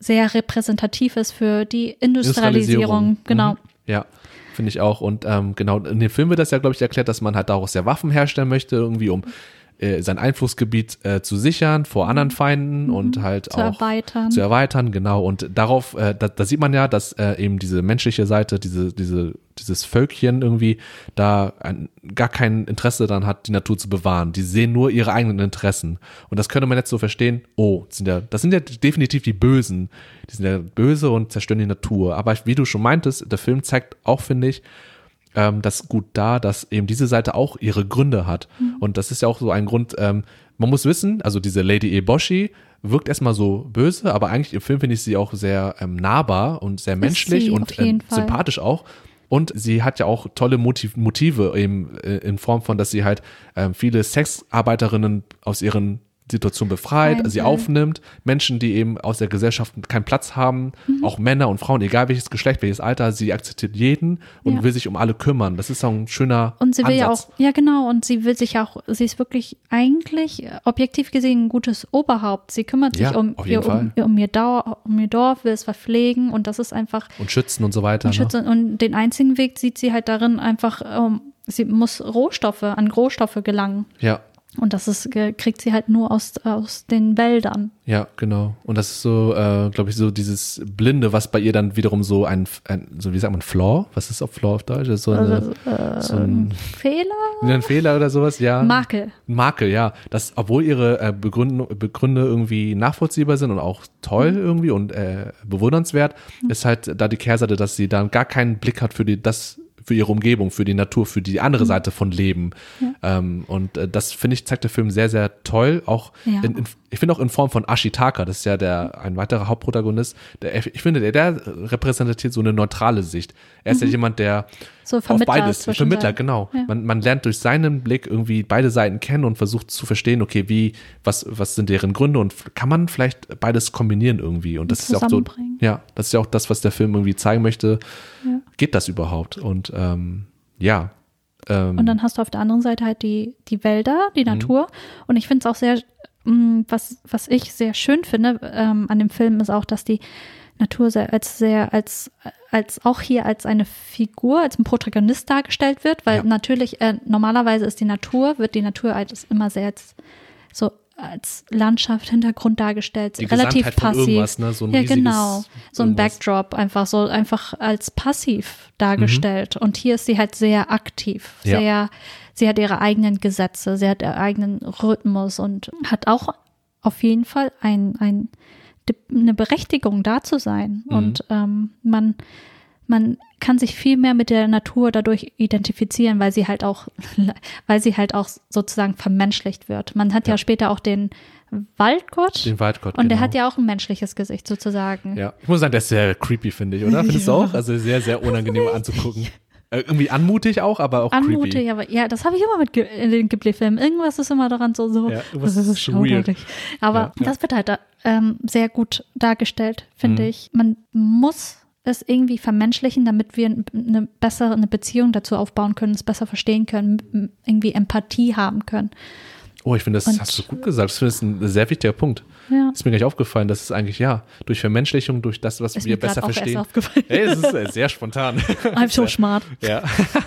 sehr repräsentativ ist für die Industrialisierung. Genau. Mhm. Ja, finde ich auch. Und ähm, genau, in dem Film wird das ja, glaube ich, erklärt, dass man halt daraus ja Waffen herstellen möchte, irgendwie um äh, sein Einflussgebiet äh, zu sichern vor anderen Feinden mhm. und halt zu auch erweitern. zu erweitern, genau. Und darauf, äh, da, da sieht man ja, dass äh, eben diese menschliche Seite, diese, diese, dieses Völkchen irgendwie da ein, gar kein Interesse daran hat, die Natur zu bewahren. Die sehen nur ihre eigenen Interessen. Und das könnte man jetzt so verstehen, oh, sind ja, das sind ja definitiv die Bösen. Die sind ja böse und zerstören die Natur. Aber wie du schon meintest, der Film zeigt auch, finde ich, ähm, das gut da, dass eben diese Seite auch ihre Gründe hat. Mhm. Und das ist ja auch so ein Grund, ähm, man muss wissen, also diese Lady Eboshi wirkt erstmal so böse, aber eigentlich im Film finde ich sie auch sehr ähm, nahbar und sehr menschlich und ähm, sympathisch auch. Und sie hat ja auch tolle Motiv- Motive eben äh, in Form von, dass sie halt ähm, viele Sexarbeiterinnen aus ihren Situationen befreit, Nein, sie ja. aufnimmt, Menschen, die eben aus der Gesellschaft keinen Platz haben, mhm. auch Männer und Frauen, egal welches Geschlecht, welches Alter, sie akzeptiert jeden und ja. will sich um alle kümmern. Das ist auch ein schöner Und sie will Ansatz. ja auch, ja genau, und sie will sich auch, sie ist wirklich eigentlich objektiv gesehen ein gutes Oberhaupt. Sie kümmert sich ja, um, ihr, um, um, ihr Dauer, um ihr Dorf, will es verpflegen und das ist einfach. Und schützen und so weiter. Und, schützen, ne? und den einzigen Weg sieht sie halt darin einfach, um, sie muss Rohstoffe, an Rohstoffe gelangen. Ja. Und das ist, kriegt sie halt nur aus, aus den Wäldern. Ja, genau. Und das ist so, äh, glaube ich, so dieses Blinde, was bei ihr dann wiederum so ein, ein so wie sagt man, Flaw? Was ist auf Flaw auf Deutsch? So, eine, also, äh, so ein Fehler? Ein Fehler oder sowas, ja. Makel. Makel, ja. Das, obwohl ihre äh, Begründe, Begründe irgendwie nachvollziehbar sind und auch toll mhm. irgendwie und äh, bewundernswert, mhm. ist halt da die Kehrseite, dass sie dann gar keinen Blick hat für die, das für ihre Umgebung, für die Natur, für die andere Seite von Leben. Ja. Ähm, und äh, das, finde ich, zeigt der Film sehr, sehr toll. Auch ja. in, in, ich finde auch in Form von Ashitaka, das ist ja der ein weiterer Hauptprotagonist. Der, ich finde, der, der repräsentiert so eine neutrale Sicht. Er ist mhm. ja jemand, der so auf beides, Vermittler, genau. Ja. Man, man lernt durch seinen Blick irgendwie beide Seiten kennen und versucht zu verstehen, okay, wie, was, was sind deren Gründe und kann man vielleicht beides kombinieren irgendwie. Und das ist ja auch so, ja, das ist ja auch das, was der Film irgendwie zeigen möchte. Ja. Geht das überhaupt? Und ähm, ja. Ähm, und dann hast du auf der anderen Seite halt die, die Wälder, die Natur. Mhm. Und ich finde es auch sehr, mh, was, was ich sehr schön finde ähm, an dem Film ist auch, dass die Natur sehr, als sehr, als, als auch hier als eine Figur, als ein Protagonist dargestellt wird, weil ja. natürlich, äh, normalerweise ist die Natur, wird die Natur als immer sehr als, so als Landschaft, Hintergrund dargestellt, die relativ passiv. Ne? So ein ja, genau. So ein irgendwas. Backdrop, einfach so, einfach als passiv dargestellt. Mhm. Und hier ist sie halt sehr aktiv, sehr, ja. sie hat ihre eigenen Gesetze, sie hat ihren eigenen Rhythmus und hat auch auf jeden Fall ein, ein eine Berechtigung, da zu sein. Mhm. Und ähm, man, man kann sich viel mehr mit der Natur dadurch identifizieren, weil sie halt auch, weil sie halt auch sozusagen vermenschlicht wird. Man hat ja, ja später auch den Waldgott. Den Waldgott, Und genau. der hat ja auch ein menschliches Gesicht sozusagen. Ja, ich muss sagen, der ist sehr creepy, finde ich, oder? Findest ja. du auch? Also sehr, sehr unangenehm anzugucken. Irgendwie anmutig auch, aber auch anmutig, creepy. aber ja, das habe ich immer mit Ge- in den Ghibli-Filmen. Irgendwas ist immer daran so, so, ja, das ist so weird. Aber ja, das ja. wird halt ähm, sehr gut dargestellt, finde mhm. ich. Man muss es irgendwie vermenschlichen, damit wir eine bessere eine Beziehung dazu aufbauen können, es besser verstehen können, irgendwie Empathie haben können. Oh, ich finde, das Und, hast du gut gesagt. Das finde ich ein sehr wichtiger Punkt. Ja. Ist mir gleich aufgefallen, dass es eigentlich, ja, durch Vermenschlichung, durch das, was ist wir besser auch verstehen. Erst aufgefallen. Hey, es ist sehr spontan. I'm so smart. Ja.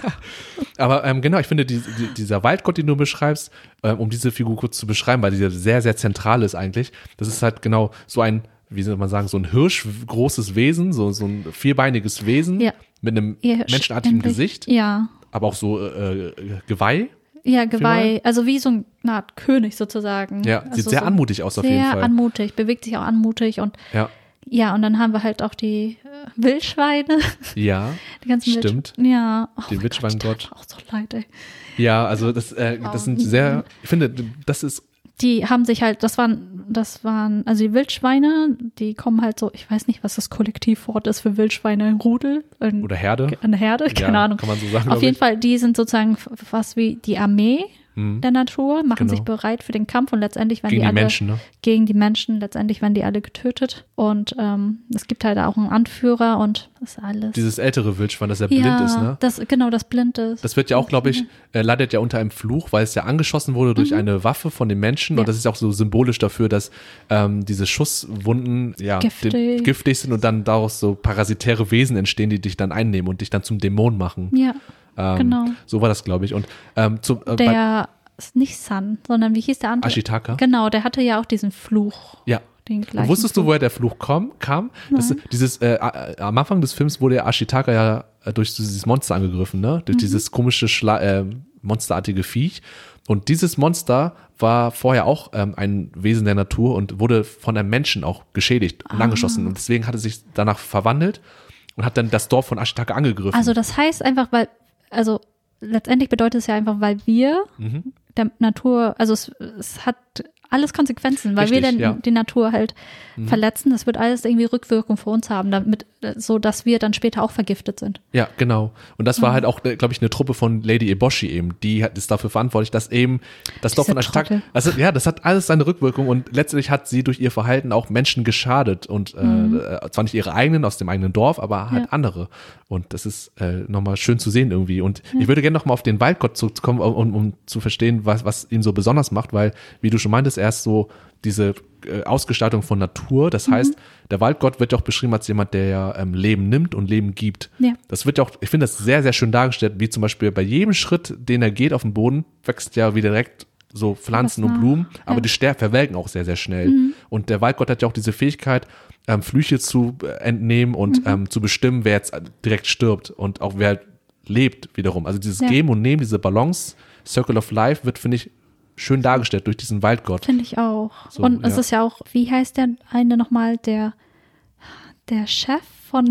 Aber ähm, genau, ich finde, die, die, dieser Waldgott, den du beschreibst, ähm, um diese Figur kurz zu beschreiben, weil die sehr, sehr zentral ist eigentlich, das ist halt genau so ein, wie soll man sagen, so ein hirschgroßes Wesen, so, so ein vierbeiniges Wesen ja. mit einem Hirsch, menschenartigen endlich. Gesicht, ja. aber auch so äh, Geweih. Ja, Geweih, also wie so eine Art König sozusagen. Ja, also sieht sehr so anmutig aus auf jeden Fall. Sehr anmutig, bewegt sich auch anmutig und ja, ja und dann haben wir halt auch die äh, Wildschweine. Ja, die ganzen stimmt. Wild- ja. Oh den Wildschweingott. Auch so leid, ey. Ja, also das, äh, das sind sehr, ich finde, das ist die haben sich halt, das waren, das waren, also die Wildschweine, die kommen halt so, ich weiß nicht, was das Kollektivwort ist für Wildschweine, Rudel? Oder Herde? Eine Herde, keine ja, Ahnung. Kann man so sagen. Auf jeden ich. Fall, die sind sozusagen fast wie die Armee mhm. der Natur, machen genau. sich bereit für den Kampf und letztendlich werden gegen die, die alle Menschen, ne? gegen die Menschen, letztendlich werden die alle getötet und ähm, es gibt halt auch einen Anführer und das ist alles. Dieses ältere Wildschwein, das ja, ja blind ist, ne? Das, genau, das blind ist. Das wird ja auch, glaube ich, äh, leidet ja unter einem Fluch, weil es ja angeschossen wurde durch mhm. eine Waffe von den Menschen ja. und das ist auch so symbolisch dafür, dass ähm, diese Schusswunden ja giftig. Den, giftig sind und dann daraus so parasitäre Wesen entstehen, die dich dann einnehmen und dich dann zum Dämon machen. Ja, ähm, genau. So war das, glaube ich. Und ähm, zum, äh, der ist nicht Sun, sondern wie hieß der andere? Ashitaka. Genau, der hatte ja auch diesen Fluch. Ja. Den und wusstest Fluch. du, woher der Fluch kam? kam? Das, dieses, äh, am Anfang des Films wurde ja Ashitaka ja durch dieses Monster angegriffen, ne? Durch mhm. dieses komische, Schla- äh, monsterartige Viech. Und dieses Monster war vorher auch ähm, ein Wesen der Natur und wurde von einem Menschen auch geschädigt und ah. angeschossen. Und deswegen hat er sich danach verwandelt und hat dann das Dorf von Ashitaka angegriffen. Also das heißt einfach, weil, also letztendlich bedeutet es ja einfach, weil wir mhm. der Natur, also es, es hat alles Konsequenzen, weil Richtig, wir dann ja. die Natur halt mhm. verletzen. Das wird alles irgendwie Rückwirkung für uns haben, damit, so dass wir dann später auch vergiftet sind. Ja, genau. Und das war mhm. halt auch, glaube ich, eine Truppe von Lady Eboshi eben. Die hat, ist dafür verantwortlich, dass eben das Dorf von Ashitaka, also ja, das hat alles seine Rückwirkung und letztlich hat sie durch ihr Verhalten auch Menschen geschadet und mhm. äh, zwar nicht ihre eigenen aus dem eigenen Dorf, aber halt ja. andere. Und das ist äh, nochmal schön zu sehen irgendwie. Und ja. ich würde gerne nochmal auf den Waldgott zurückkommen, um, um, um zu verstehen, was, was ihn so besonders macht, weil, wie du schon meintest, erst so diese äh, Ausgestaltung von Natur, das mhm. heißt, der Waldgott wird ja auch beschrieben als jemand, der ja ähm, Leben nimmt und Leben gibt. Ja. Das wird ja auch, ich finde das sehr, sehr schön dargestellt, wie zum Beispiel bei jedem Schritt, den er geht auf dem Boden, wächst ja wieder direkt so Pflanzen und Blumen, aber ja. die sterben, verwelken auch sehr, sehr schnell. Mhm. Und der Waldgott hat ja auch diese Fähigkeit, ähm, Flüche zu entnehmen und mhm. ähm, zu bestimmen, wer jetzt direkt stirbt und auch wer lebt wiederum. Also dieses ja. Geben und Nehmen, diese Balance, Circle of Life wird, finde ich, schön dargestellt durch diesen Waldgott. Finde ich auch. So, und es ja. ist ja auch, wie heißt der eine nochmal, der, der Chef von,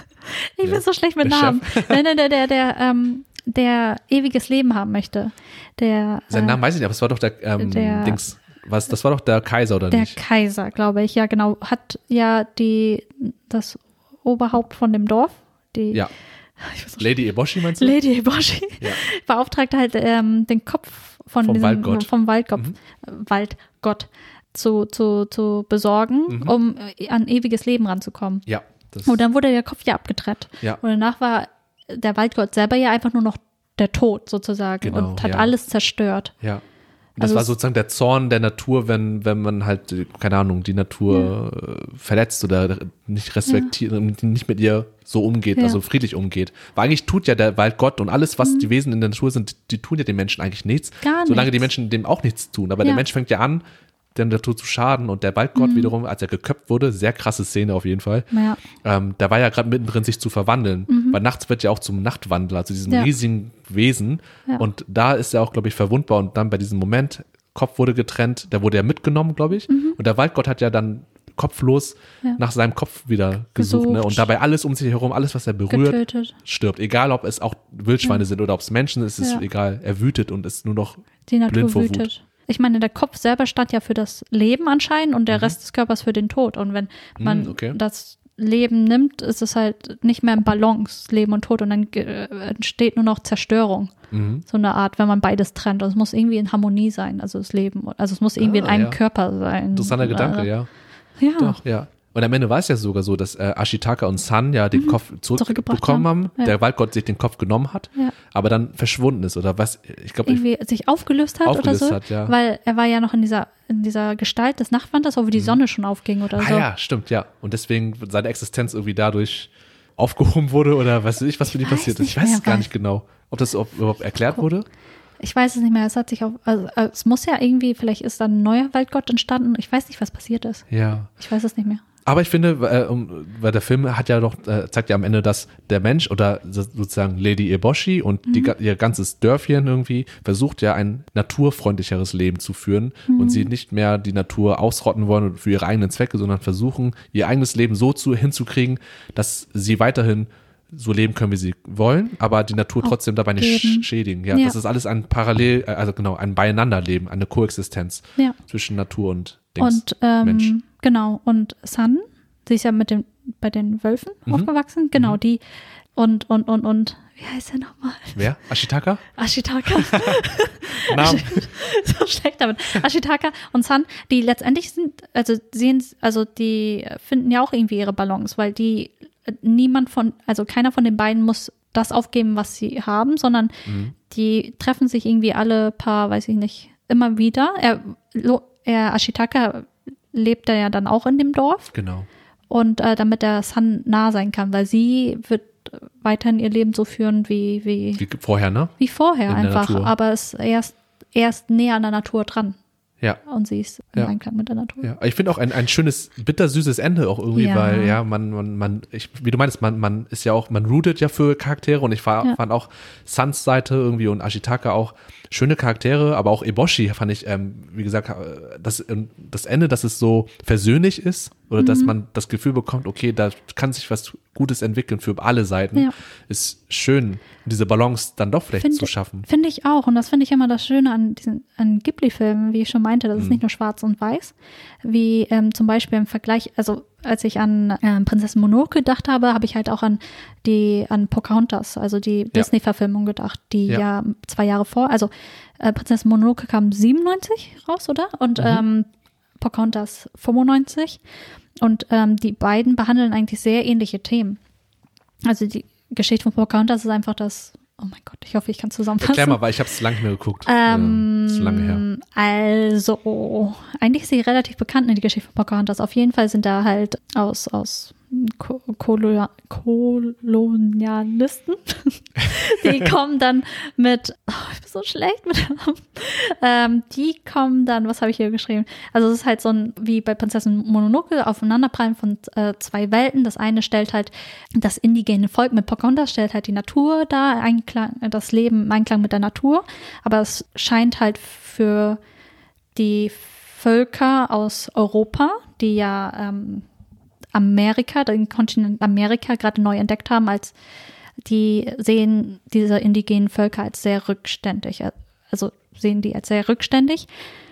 ich ja. bin so schlecht mit der Namen. Nein, nein, der, der, der, ähm, der ewiges Leben haben möchte. Der, Seinen äh, Namen weiß ich nicht, aber es war doch der, ähm, der Dings, was, das war doch der Kaiser, oder der nicht? Der Kaiser, glaube ich, ja genau, hat ja die, das Oberhaupt von dem Dorf, die, ja. Lady Eboshi meinst du? Lady Eboshi ja. beauftragte halt ähm, den Kopf von vom diesem, Waldgott, vom Waldgott, mhm. Waldgott zu, zu, zu besorgen, mhm. um an ewiges Leben ranzukommen. Ja. Das und dann wurde der Kopf ja abgetrennt. Ja. Und danach war der Waldgott selber ja einfach nur noch der Tod sozusagen genau, und hat ja. alles zerstört. Ja. Und das also war sozusagen der Zorn der Natur, wenn, wenn man halt, keine Ahnung, die Natur ja. verletzt oder nicht respektiert, ja. nicht mit ihr so umgeht, ja. also friedlich umgeht. Weil eigentlich tut ja der Waldgott und alles, was mhm. die Wesen in der Natur sind, die tun ja den Menschen eigentlich nichts. Gar solange nichts. die Menschen dem auch nichts tun. Aber ja. der Mensch fängt ja an, der Natur zu schaden und der Waldgott mhm. wiederum, als er geköpft wurde, sehr krasse Szene auf jeden Fall, ja. ähm, da war ja gerade mittendrin, sich zu verwandeln, mhm. weil nachts wird ja auch zum Nachtwandler, zu diesem ja. riesigen Wesen ja. und da ist er auch, glaube ich, verwundbar und dann bei diesem Moment, Kopf wurde getrennt, der wurde ja mitgenommen, glaube ich, mhm. und der Waldgott hat ja dann kopflos ja. nach seinem Kopf wieder gesucht, gesucht. Ne? Und dabei alles um sich herum, alles, was er berührt, getötet. Stirbt. Egal, ob es auch Wildschweine ja. sind oder ob es Menschen sind, ist ja. egal. Er wütet und ist nur noch die Natur blind vor wütet. Wut. Ich meine, der Kopf selber stand ja für das Leben anscheinend und der mhm. Rest des Körpers für den Tod. Und wenn man mhm, okay. das Leben nimmt, ist es halt nicht mehr im Balance, Leben und Tod. Und dann äh, entsteht nur noch Zerstörung. Mhm. So eine Art, wenn man beides trennt. Und es muss irgendwie in Harmonie sein, also das Leben. Also es muss irgendwie ah, in einem ja. Körper sein. Interessanter Gedanke, ja. Ja. Doch, ja. Und am Ende war es ja sogar so, dass äh, Ashitaka und Sun ja den mhm. Kopf zurückbekommen haben, haben. Ja. Der Waldgott sich den Kopf genommen hat, ja. aber dann verschwunden ist oder was, ich glaube. Irgendwie sich aufgelöst hat aufgelöst oder so, hat, ja. weil er war ja noch in dieser, in dieser Gestalt des Nachtwandlers, wo die mhm. Sonne schon aufging oder ah, so. Ja, stimmt, ja. Und deswegen seine Existenz irgendwie dadurch aufgehoben wurde oder weiß ich, was für die passiert ist. Ich weiß es gar nicht genau, ob das überhaupt erklärt wurde. Ich weiß es nicht mehr. Es hat sich auch, also es muss ja irgendwie, vielleicht ist dann ein neuer Waldgott entstanden. Ich weiß nicht, was passiert ist. Ja. Ich weiß es nicht mehr. Aber ich finde, äh, weil der Film hat ja doch, äh, zeigt ja am Ende, dass der Mensch oder sozusagen Lady Eboshi und mhm. die, ihr ganzes Dörfchen irgendwie versucht ja ein naturfreundlicheres Leben zu führen mhm. und sie nicht mehr die Natur ausrotten wollen für ihre eigenen Zwecke, sondern versuchen, ihr eigenes Leben so zu, hinzukriegen, dass sie weiterhin so leben können, wie sie wollen, aber die Natur trotzdem dabei nicht sch- schädigen. Ja, ja, das ist alles ein Parallel, also genau, ein Beieinanderleben, eine Koexistenz ja. zwischen Natur und Dings, und, ähm, Mensch. Genau, und Sun, sie ist ja mit den, bei den Wölfen mhm. aufgewachsen, genau, mhm. die und, und, und, und, wie heißt er nochmal? Wer? Ashitaka? Ashitaka. Namen. So schlecht damit. Ashitaka und Sun, die letztendlich sind, also sehen, also die finden ja auch irgendwie ihre Balance, weil die niemand von, also keiner von den beiden muss das aufgeben, was sie haben, sondern mhm. die treffen sich irgendwie alle paar, weiß ich nicht, immer wieder. Er, er Ashitaka lebt ja dann auch in dem Dorf. Genau. Und äh, damit der Sun nah sein kann, weil sie wird weiterhin ihr Leben so führen wie wie, wie vorher, ne? Wie vorher in einfach, aber ist erst erst näher an der Natur dran. Ja. Und sie ist im ja. Einklang mit der Natur. Ja, ich finde auch ein, ein schönes, bittersüßes Ende auch irgendwie, ja. weil ja, man, man, man, ich, wie du meinst, man, man ist ja auch, man rootet ja für Charaktere und ich war, ja. fand auch Suns Seite irgendwie und Ashitaka auch schöne Charaktere, aber auch Eboshi fand ich, ähm, wie gesagt, das, das Ende, dass es so versöhnlich ist oder mhm. dass man das Gefühl bekommt, okay, da kann sich was Gutes entwickeln für alle Seiten, ja. ist schön, diese Balance dann doch vielleicht find, zu schaffen. Finde ich auch und das finde ich immer das Schöne an diesen an Ghibli-Filmen, wie ich schon meinte, das mhm. ist nicht nur schwarz und weiß, wie ähm, zum Beispiel im Vergleich, also als ich an äh, Prinzessin Mononoke gedacht habe, habe ich halt auch an die an Pocahontas, also die ja. Disney-Verfilmung gedacht, die ja. ja zwei Jahre vor, also äh, Prinzessin Mononoke kam siebenundneunzig raus, oder? Und mhm. ähm, Pocahontas fünfundneunzig und ähm, die beiden behandeln eigentlich sehr ähnliche Themen. Also die Geschichte von Pocahontas ist einfach das, oh mein Gott, ich hoffe, ich kann zusammenfassen. Erklär mal, weil ich habe es lange nicht mehr geguckt. Ähm, das ist lange her. Also, eigentlich ist sie relativ bekannt in die Geschichte von Pocahontas. Auf jeden Fall sind da halt aus, aus Ko- Kolonial- Kolonialisten, die kommen dann mit, oh, ich bin so schlecht mit ähm, die kommen dann, was habe ich hier geschrieben? Also es ist halt so ein, wie bei Prinzessin Mononoke, Aufeinanderprallen von äh, zwei Welten. Das eine stellt halt das indigene Volk mit Pocahontas, stellt halt die Natur dar, Einklang, das Leben im Einklang mit der Natur. Aber es scheint halt für die Völker aus Europa, die ja ähm, Amerika, den Kontinent Amerika gerade neu entdeckt haben, als die sehen diese indigenen Völker als sehr rückständig, also sehen die als sehr rückständig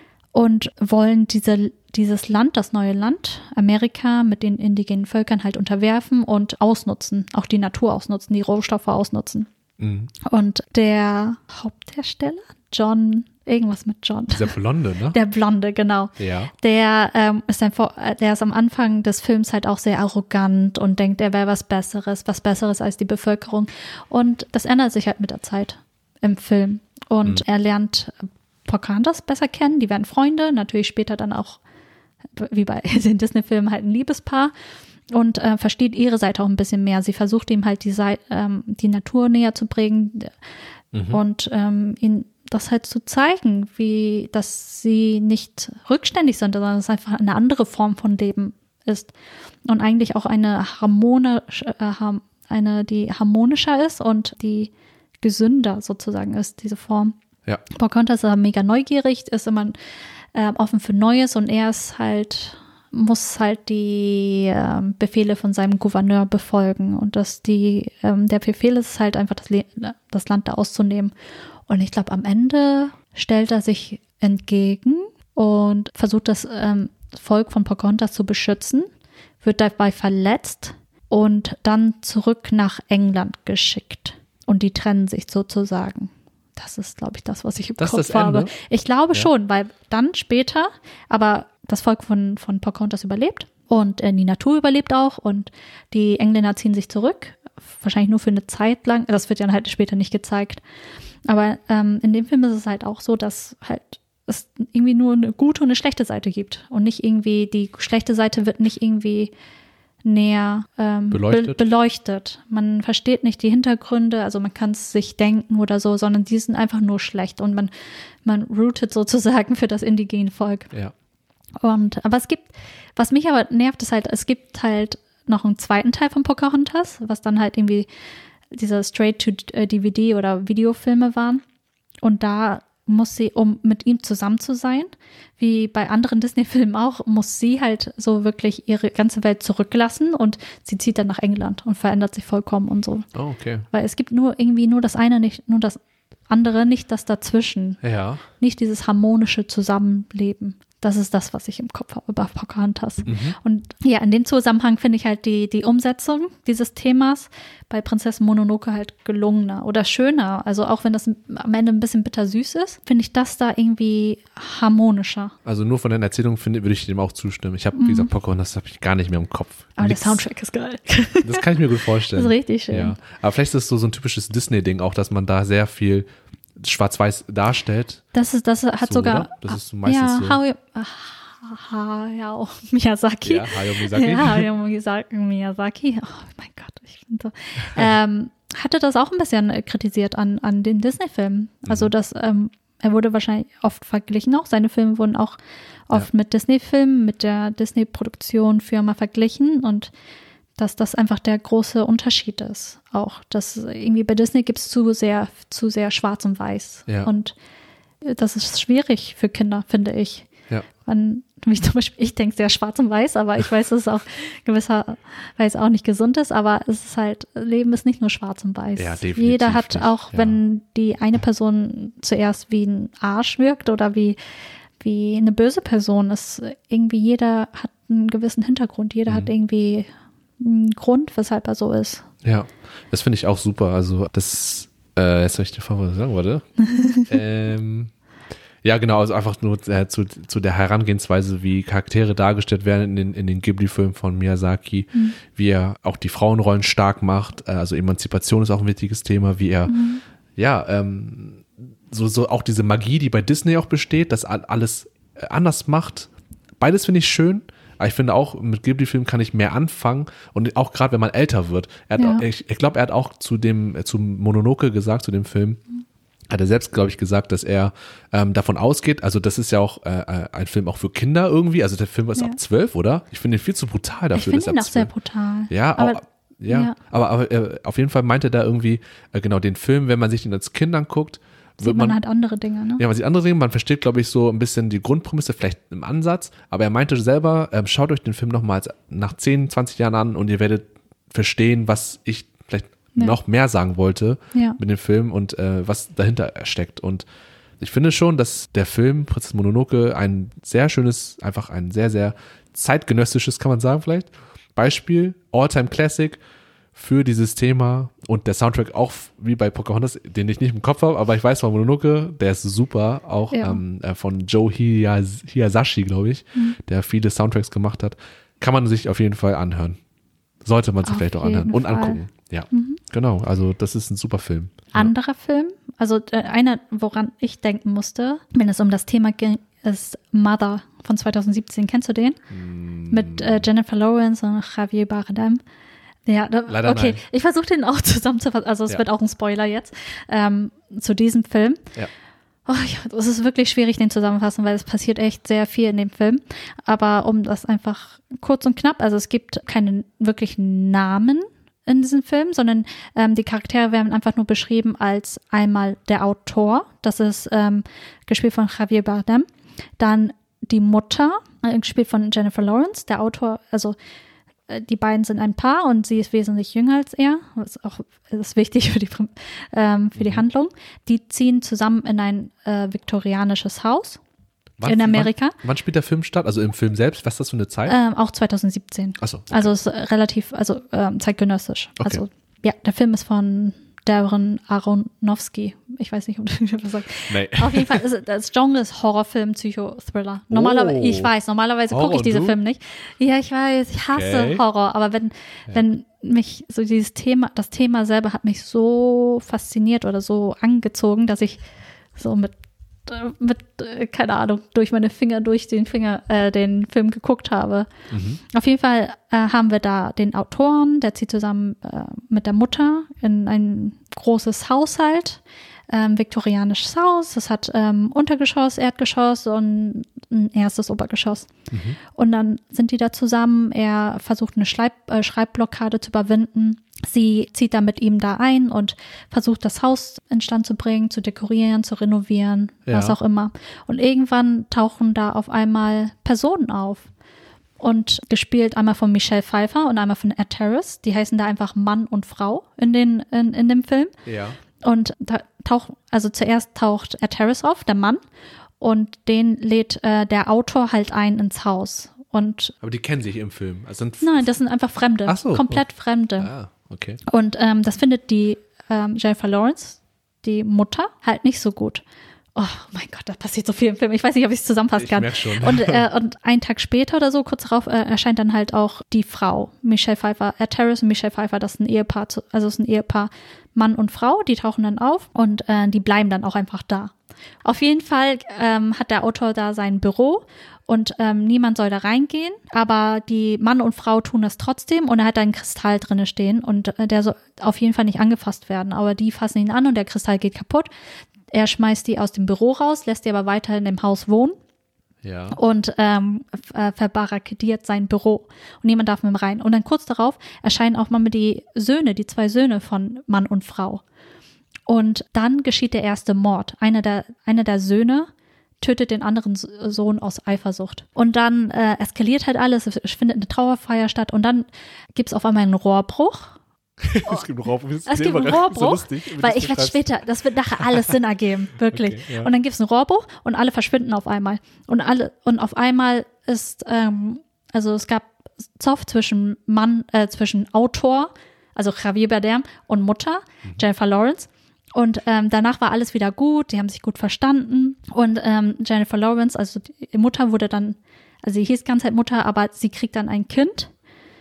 und wollen diese, dieses Land, das neue Land, Amerika mit den indigenen Völkern halt unterwerfen und ausnutzen, auch die Natur ausnutzen, die Rohstoffe ausnutzen. Mhm. Und der Hauptdarsteller, John, irgendwas mit John. Der Blonde, ne? Der Blonde, genau. Ja. Der, ähm, ist ein, der ist am Anfang des Films halt auch sehr arrogant und denkt, er wäre was Besseres, was Besseres als die Bevölkerung. Und das ändert sich halt mit der Zeit im Film. Und mhm. er lernt Pocahontas besser kennen, die werden Freunde, natürlich später dann auch, wie bei den Disney-Filmen, halt ein Liebespaar. Und äh, versteht ihre Seite auch ein bisschen mehr. Sie versucht ihm halt die, Seite, ähm, die Natur näher zu bringen mhm. und ähm, ihn das halt zu zeigen, wie, dass sie nicht rückständig sind, sondern dass es einfach eine andere Form von Leben ist. Und eigentlich auch eine harmonisch, äh, eine, die harmonischer ist und die gesünder sozusagen ist, diese Form. Ja. Pocahontas ist mega neugierig, ist immer äh, offen für Neues und er ist halt, muss halt die äh, Befehle von seinem Gouverneur befolgen und dass die, ähm, der Befehl ist halt einfach das, Le- das Land da auszunehmen. Und ich glaube, am Ende stellt er sich entgegen und versucht das ähm, Volk von Pocahontas zu beschützen, wird dabei verletzt und dann zurück nach England geschickt. Und die trennen sich sozusagen. Das ist, glaube ich, das, was ich im das Kopf ist das habe. Ende? Ich glaube ja. schon, weil dann später, aber das Volk von, von Pocahontas überlebt und äh, die Natur überlebt auch und die Engländer ziehen sich zurück, wahrscheinlich nur für eine Zeit lang. Das wird ja halt später nicht gezeigt. Aber ähm, in dem Film ist es halt auch so, dass halt es irgendwie nur eine gute und eine schlechte Seite gibt. Und nicht irgendwie, die schlechte Seite wird nicht irgendwie näher ähm, beleuchtet. Be- beleuchtet. Man versteht nicht die Hintergründe, also man kann es sich denken oder so, sondern die sind einfach nur schlecht. Und man, man rootet sozusagen für das indigene Volk. Ja. Und, aber es gibt, was mich aber nervt, ist halt, es gibt halt noch einen zweiten Teil von Pocahontas, was dann halt irgendwie diese Straight-to-D V D oder Videofilme waren. Und da muss sie, um mit ihm zusammen zu sein, wie bei anderen Disney-Filmen auch, muss sie halt so wirklich ihre ganze Welt zurücklassen und sie zieht dann nach England und verändert sich vollkommen und so. Oh, okay. Weil es gibt nur irgendwie nur das eine, nicht nur das andere, nicht das dazwischen. Ja. Nicht dieses harmonische Zusammenleben. Das ist das, was ich im Kopf habe bei Pocahontas. Mhm. Und ja, in dem Zusammenhang finde ich halt die, die Umsetzung dieses Themas bei Prinzessin Mononoke halt gelungener oder schöner. Also auch wenn das am Ende ein bisschen bittersüß ist, finde ich das da irgendwie harmonischer. Also nur von den Erzählungen finde, würde ich dem auch zustimmen. Ich habe, wie gesagt, Pocahontas habe ich gar nicht mehr im Kopf. Aber Nix. der Soundtrack ist geil. Das kann ich mir gut vorstellen. Das ist richtig schön. Ja. Aber vielleicht ist es so, so ein typisches Disney-Ding auch, dass man da sehr viel schwarz-weiß darstellt. Das ist, das hat So, sogar. oder? Das ist meistens ja, so. Hayao, Hayao Miyazaki. Ja, Hayao Miyazaki. Ja, Hayao Miyazaki. Miyazaki. Oh mein Gott, ich bin so. Ähm, hatte das auch ein bisschen kritisiert an, an den Disney-Filmen. Also, Mhm. dass ähm, er wurde wahrscheinlich oft verglichen auch. Seine Filme wurden auch oft Ja. mit Disney-Filmen, mit der Disney-Produktion-Firma verglichen und dass das einfach der große Unterschied ist. Auch, dass irgendwie bei Disney gibt es zu sehr, zu sehr schwarz und weiß. Ja. Und das ist schwierig für Kinder, finde ich. Ja. Man, wie zum Beispiel, ich denke sehr schwarz und weiß, aber ich weiß, dass es auch gewisserweise auch nicht gesund ist, aber es ist halt, Leben ist nicht nur schwarz und weiß. Ja, definitiv Jeder hat nicht. auch, Ja. wenn die eine Person zuerst wie ein Arsch wirkt oder wie, wie eine böse Person ist, irgendwie jeder hat einen gewissen Hintergrund, jeder Mhm. hat irgendwie einen Grund, weshalb er so ist. Ja, das finde ich auch super. Also das, äh, jetzt soll ich dir vorher sagen, warte. ähm, ja, genau, also einfach nur äh, zu, zu der Herangehensweise, wie Charaktere dargestellt werden in den, in den Ghibli-Filmen von Miyazaki, Mhm. wie er auch die Frauenrollen stark macht, äh, also Emanzipation ist auch ein wichtiges Thema, wie er, Mhm. ja, ähm, so, so auch diese Magie, die bei Disney auch besteht, dass all- alles äh, anders macht. Beides finde ich schön. Aber ich finde auch, mit Ghibli-Filmen kann ich mehr anfangen und auch gerade, wenn man älter wird. Er hat Ja. auch, ich ich glaube, er hat auch zu dem, äh, zum Mononoke gesagt, zu dem Film, hat er selbst, glaube ich, gesagt, dass er ähm, davon ausgeht, also das ist ja auch äh, äh, ein Film auch für Kinder irgendwie, also der Film ist Ja. ab zwölf, oder? Ich finde ihn viel zu brutal Ich dafür, finde dass er ihn ab auch sehr zwölf. brutal. Ja, aber, auch, ja, ja. aber, aber äh, auf jeden Fall meinte er da irgendwie, äh, genau, den Film, wenn man sich den als Kind anguckt, sieht wird man, man halt andere Dinge, ne? ja, was die andere Dinge, man versteht, glaube ich, so ein bisschen die Grundprämisse, vielleicht im Ansatz, aber er meinte selber, ähm, schaut euch den Film nochmals nach zehn, zwanzig Jahren an und ihr werdet verstehen, was ich vielleicht Ja. noch mehr sagen wollte Ja. mit dem Film und äh, was dahinter steckt. Und ich finde schon, dass der Film Prinzessin Mononoke ein sehr schönes, einfach ein sehr, sehr zeitgenössisches, kann man sagen vielleicht, Beispiel, All-Time Classic für dieses Thema und der Soundtrack auch wie bei Pocahontas, den ich nicht im Kopf habe, aber ich weiß von Mononoke, der ist super, auch Ja. ähm, äh, von Joe Hiyas- Hiyasashi, glaube ich, Mhm. der viele Soundtracks gemacht hat. Kann man sich auf jeden Fall anhören. Sollte man sich Auf vielleicht auch anhören jeden und Fall. angucken. Ja, Mhm. genau, also das ist ein super Film. Anderer Film, also äh, einer, woran ich denken musste, wenn es um das Thema ging, ist Mother von zwanzig siebzehn. Kennst du den? Mm, Mit äh, Jennifer Lawrence und Javier Bardem. Ja, da, Leider okay. nein. Ich versuche den auch zusammenzufassen. Also es Ja. wird auch ein Spoiler jetzt ähm, zu diesem Film. Ja. Oh, ja, es ist wirklich schwierig, den zusammenzufassen, weil es passiert echt sehr viel in dem Film. Aber um das einfach kurz und knapp, also es gibt keine wirklichen Namen in diesem Film, sondern ähm, die Charaktere werden einfach nur beschrieben als einmal der Autor, das ist ähm, gespielt von Javier Bardem, dann die Mutter, äh, gespielt von Jennifer Lawrence, der Autor, also äh, die beiden sind ein Paar und sie ist wesentlich jünger als er, das ist auch das ist wichtig für die, ähm, für die Handlung. Die ziehen zusammen in ein äh, viktorianisches Haus wann, in Amerika, Wann, wann spielt der Film statt? Also im Film selbst, was ist das für eine Zeit? ähm, auch zwanzig siebzehn. Achso. Okay. Also es ist relativ, also ähm, zeitgenössisch. Okay. Also ja, der Film ist von Darren Aronofsky. Ich weiß nicht, ob du das sagst. Nee. Auf jeden Fall, ist, das Genre ist Horrorfilm, Psychothriller. Normalerweise, Oh. ich weiß, normalerweise gucke Horror, ich diese du? Filme nicht. Ja, ich weiß, ich hasse Okay. Horror, aber wenn, wenn mich so dieses Thema, das Thema selber hat mich so fasziniert oder so angezogen, dass ich so mit mit, äh, keine Ahnung, durch meine Finger, durch den Finger, äh, den Film geguckt habe. Mhm. Auf jeden Fall äh, haben wir da den Autoren, der zieht zusammen äh, mit der Mutter in ein großes Haushalt, ähm, viktorianisches Haus. Das hat ähm, Untergeschoss, Erdgeschoss und ein erstes Obergeschoss. Mhm. Und dann sind die da zusammen. Er versucht eine Schreib äh, Schreibblockade zu überwinden. Sie zieht dann mit ihm da ein und versucht, das Haus instand zu bringen, zu dekorieren, zu renovieren, Ja. was auch immer. Und irgendwann tauchen da auf einmal Personen auf. Und gespielt einmal von Michelle Pfeiffer und einmal von Ed Harris. Die heißen da einfach Mann und Frau in, den, in, in dem Film. Ja. Und da taucht, also zuerst taucht Ed Harris auf, der Mann. und den lädt äh, der Autor halt ein ins Haus. Und aber die kennen sich im Film. Also sind nein, das sind einfach Fremde. Ach so. Komplett oh. Fremde. Ah, okay. Und ähm, das findet die ähm, Jennifer Lawrence, die Mutter, halt nicht so gut. Oh mein Gott, da passiert so viel im Film. Ich weiß nicht, ob ich es zusammenfassen kann. Ich merke schon. Und, äh, und einen Tag später oder so, kurz darauf, äh, erscheint dann halt auch die Frau, Michelle Pfeiffer, Ed Harris und Michelle Pfeiffer, das ist ein Ehepaar, zu, also es ist ein Ehepaar Mann und Frau, die tauchen dann auf und äh, die bleiben dann auch einfach da. Auf jeden Fall ähm, hat der Autor da sein Büro und ähm, niemand soll da reingehen, aber die Mann und Frau tun das trotzdem und er hat da einen Kristall drinne stehen und äh, der soll auf jeden Fall nicht angefasst werden, aber die fassen ihn an und der Kristall geht kaputt. Er schmeißt die aus dem Büro raus, lässt die aber weiterhin im Haus wohnen. Ja. Und ähm, äh, verbarrikadiert sein Büro. Und niemand darf mit ihm rein. Und dann kurz darauf erscheinen auch mal die Söhne, die zwei Söhne von Mann und Frau. Und dann geschieht der erste Mord. Einer der, einer der Söhne tötet den anderen Sohn aus Eifersucht. Und dann äh, eskaliert halt alles, es findet eine Trauerfeier statt und dann gibt es auf einmal einen Rohrbruch. Es gibt einen Rohrbruch. Es gibt einen Rohrbruch, so lustig, weil ich werde später, das wird nachher alles Sinn ergeben, wirklich. Okay, ja. Und dann gibt es einen Rohrbruch und alle verschwinden auf einmal. Und alle und auf einmal ist, ähm, also es gab Zoff zwischen Mann, äh, zwischen Autor, also Javier Bardem und Mutter, mhm. Jennifer Lawrence. Und ähm, danach war alles wieder gut, die haben sich gut verstanden. Und ähm, Jennifer Lawrence, also die Mutter wurde dann, also sie hieß ganze Zeit Mutter, aber sie kriegt dann ein Kind.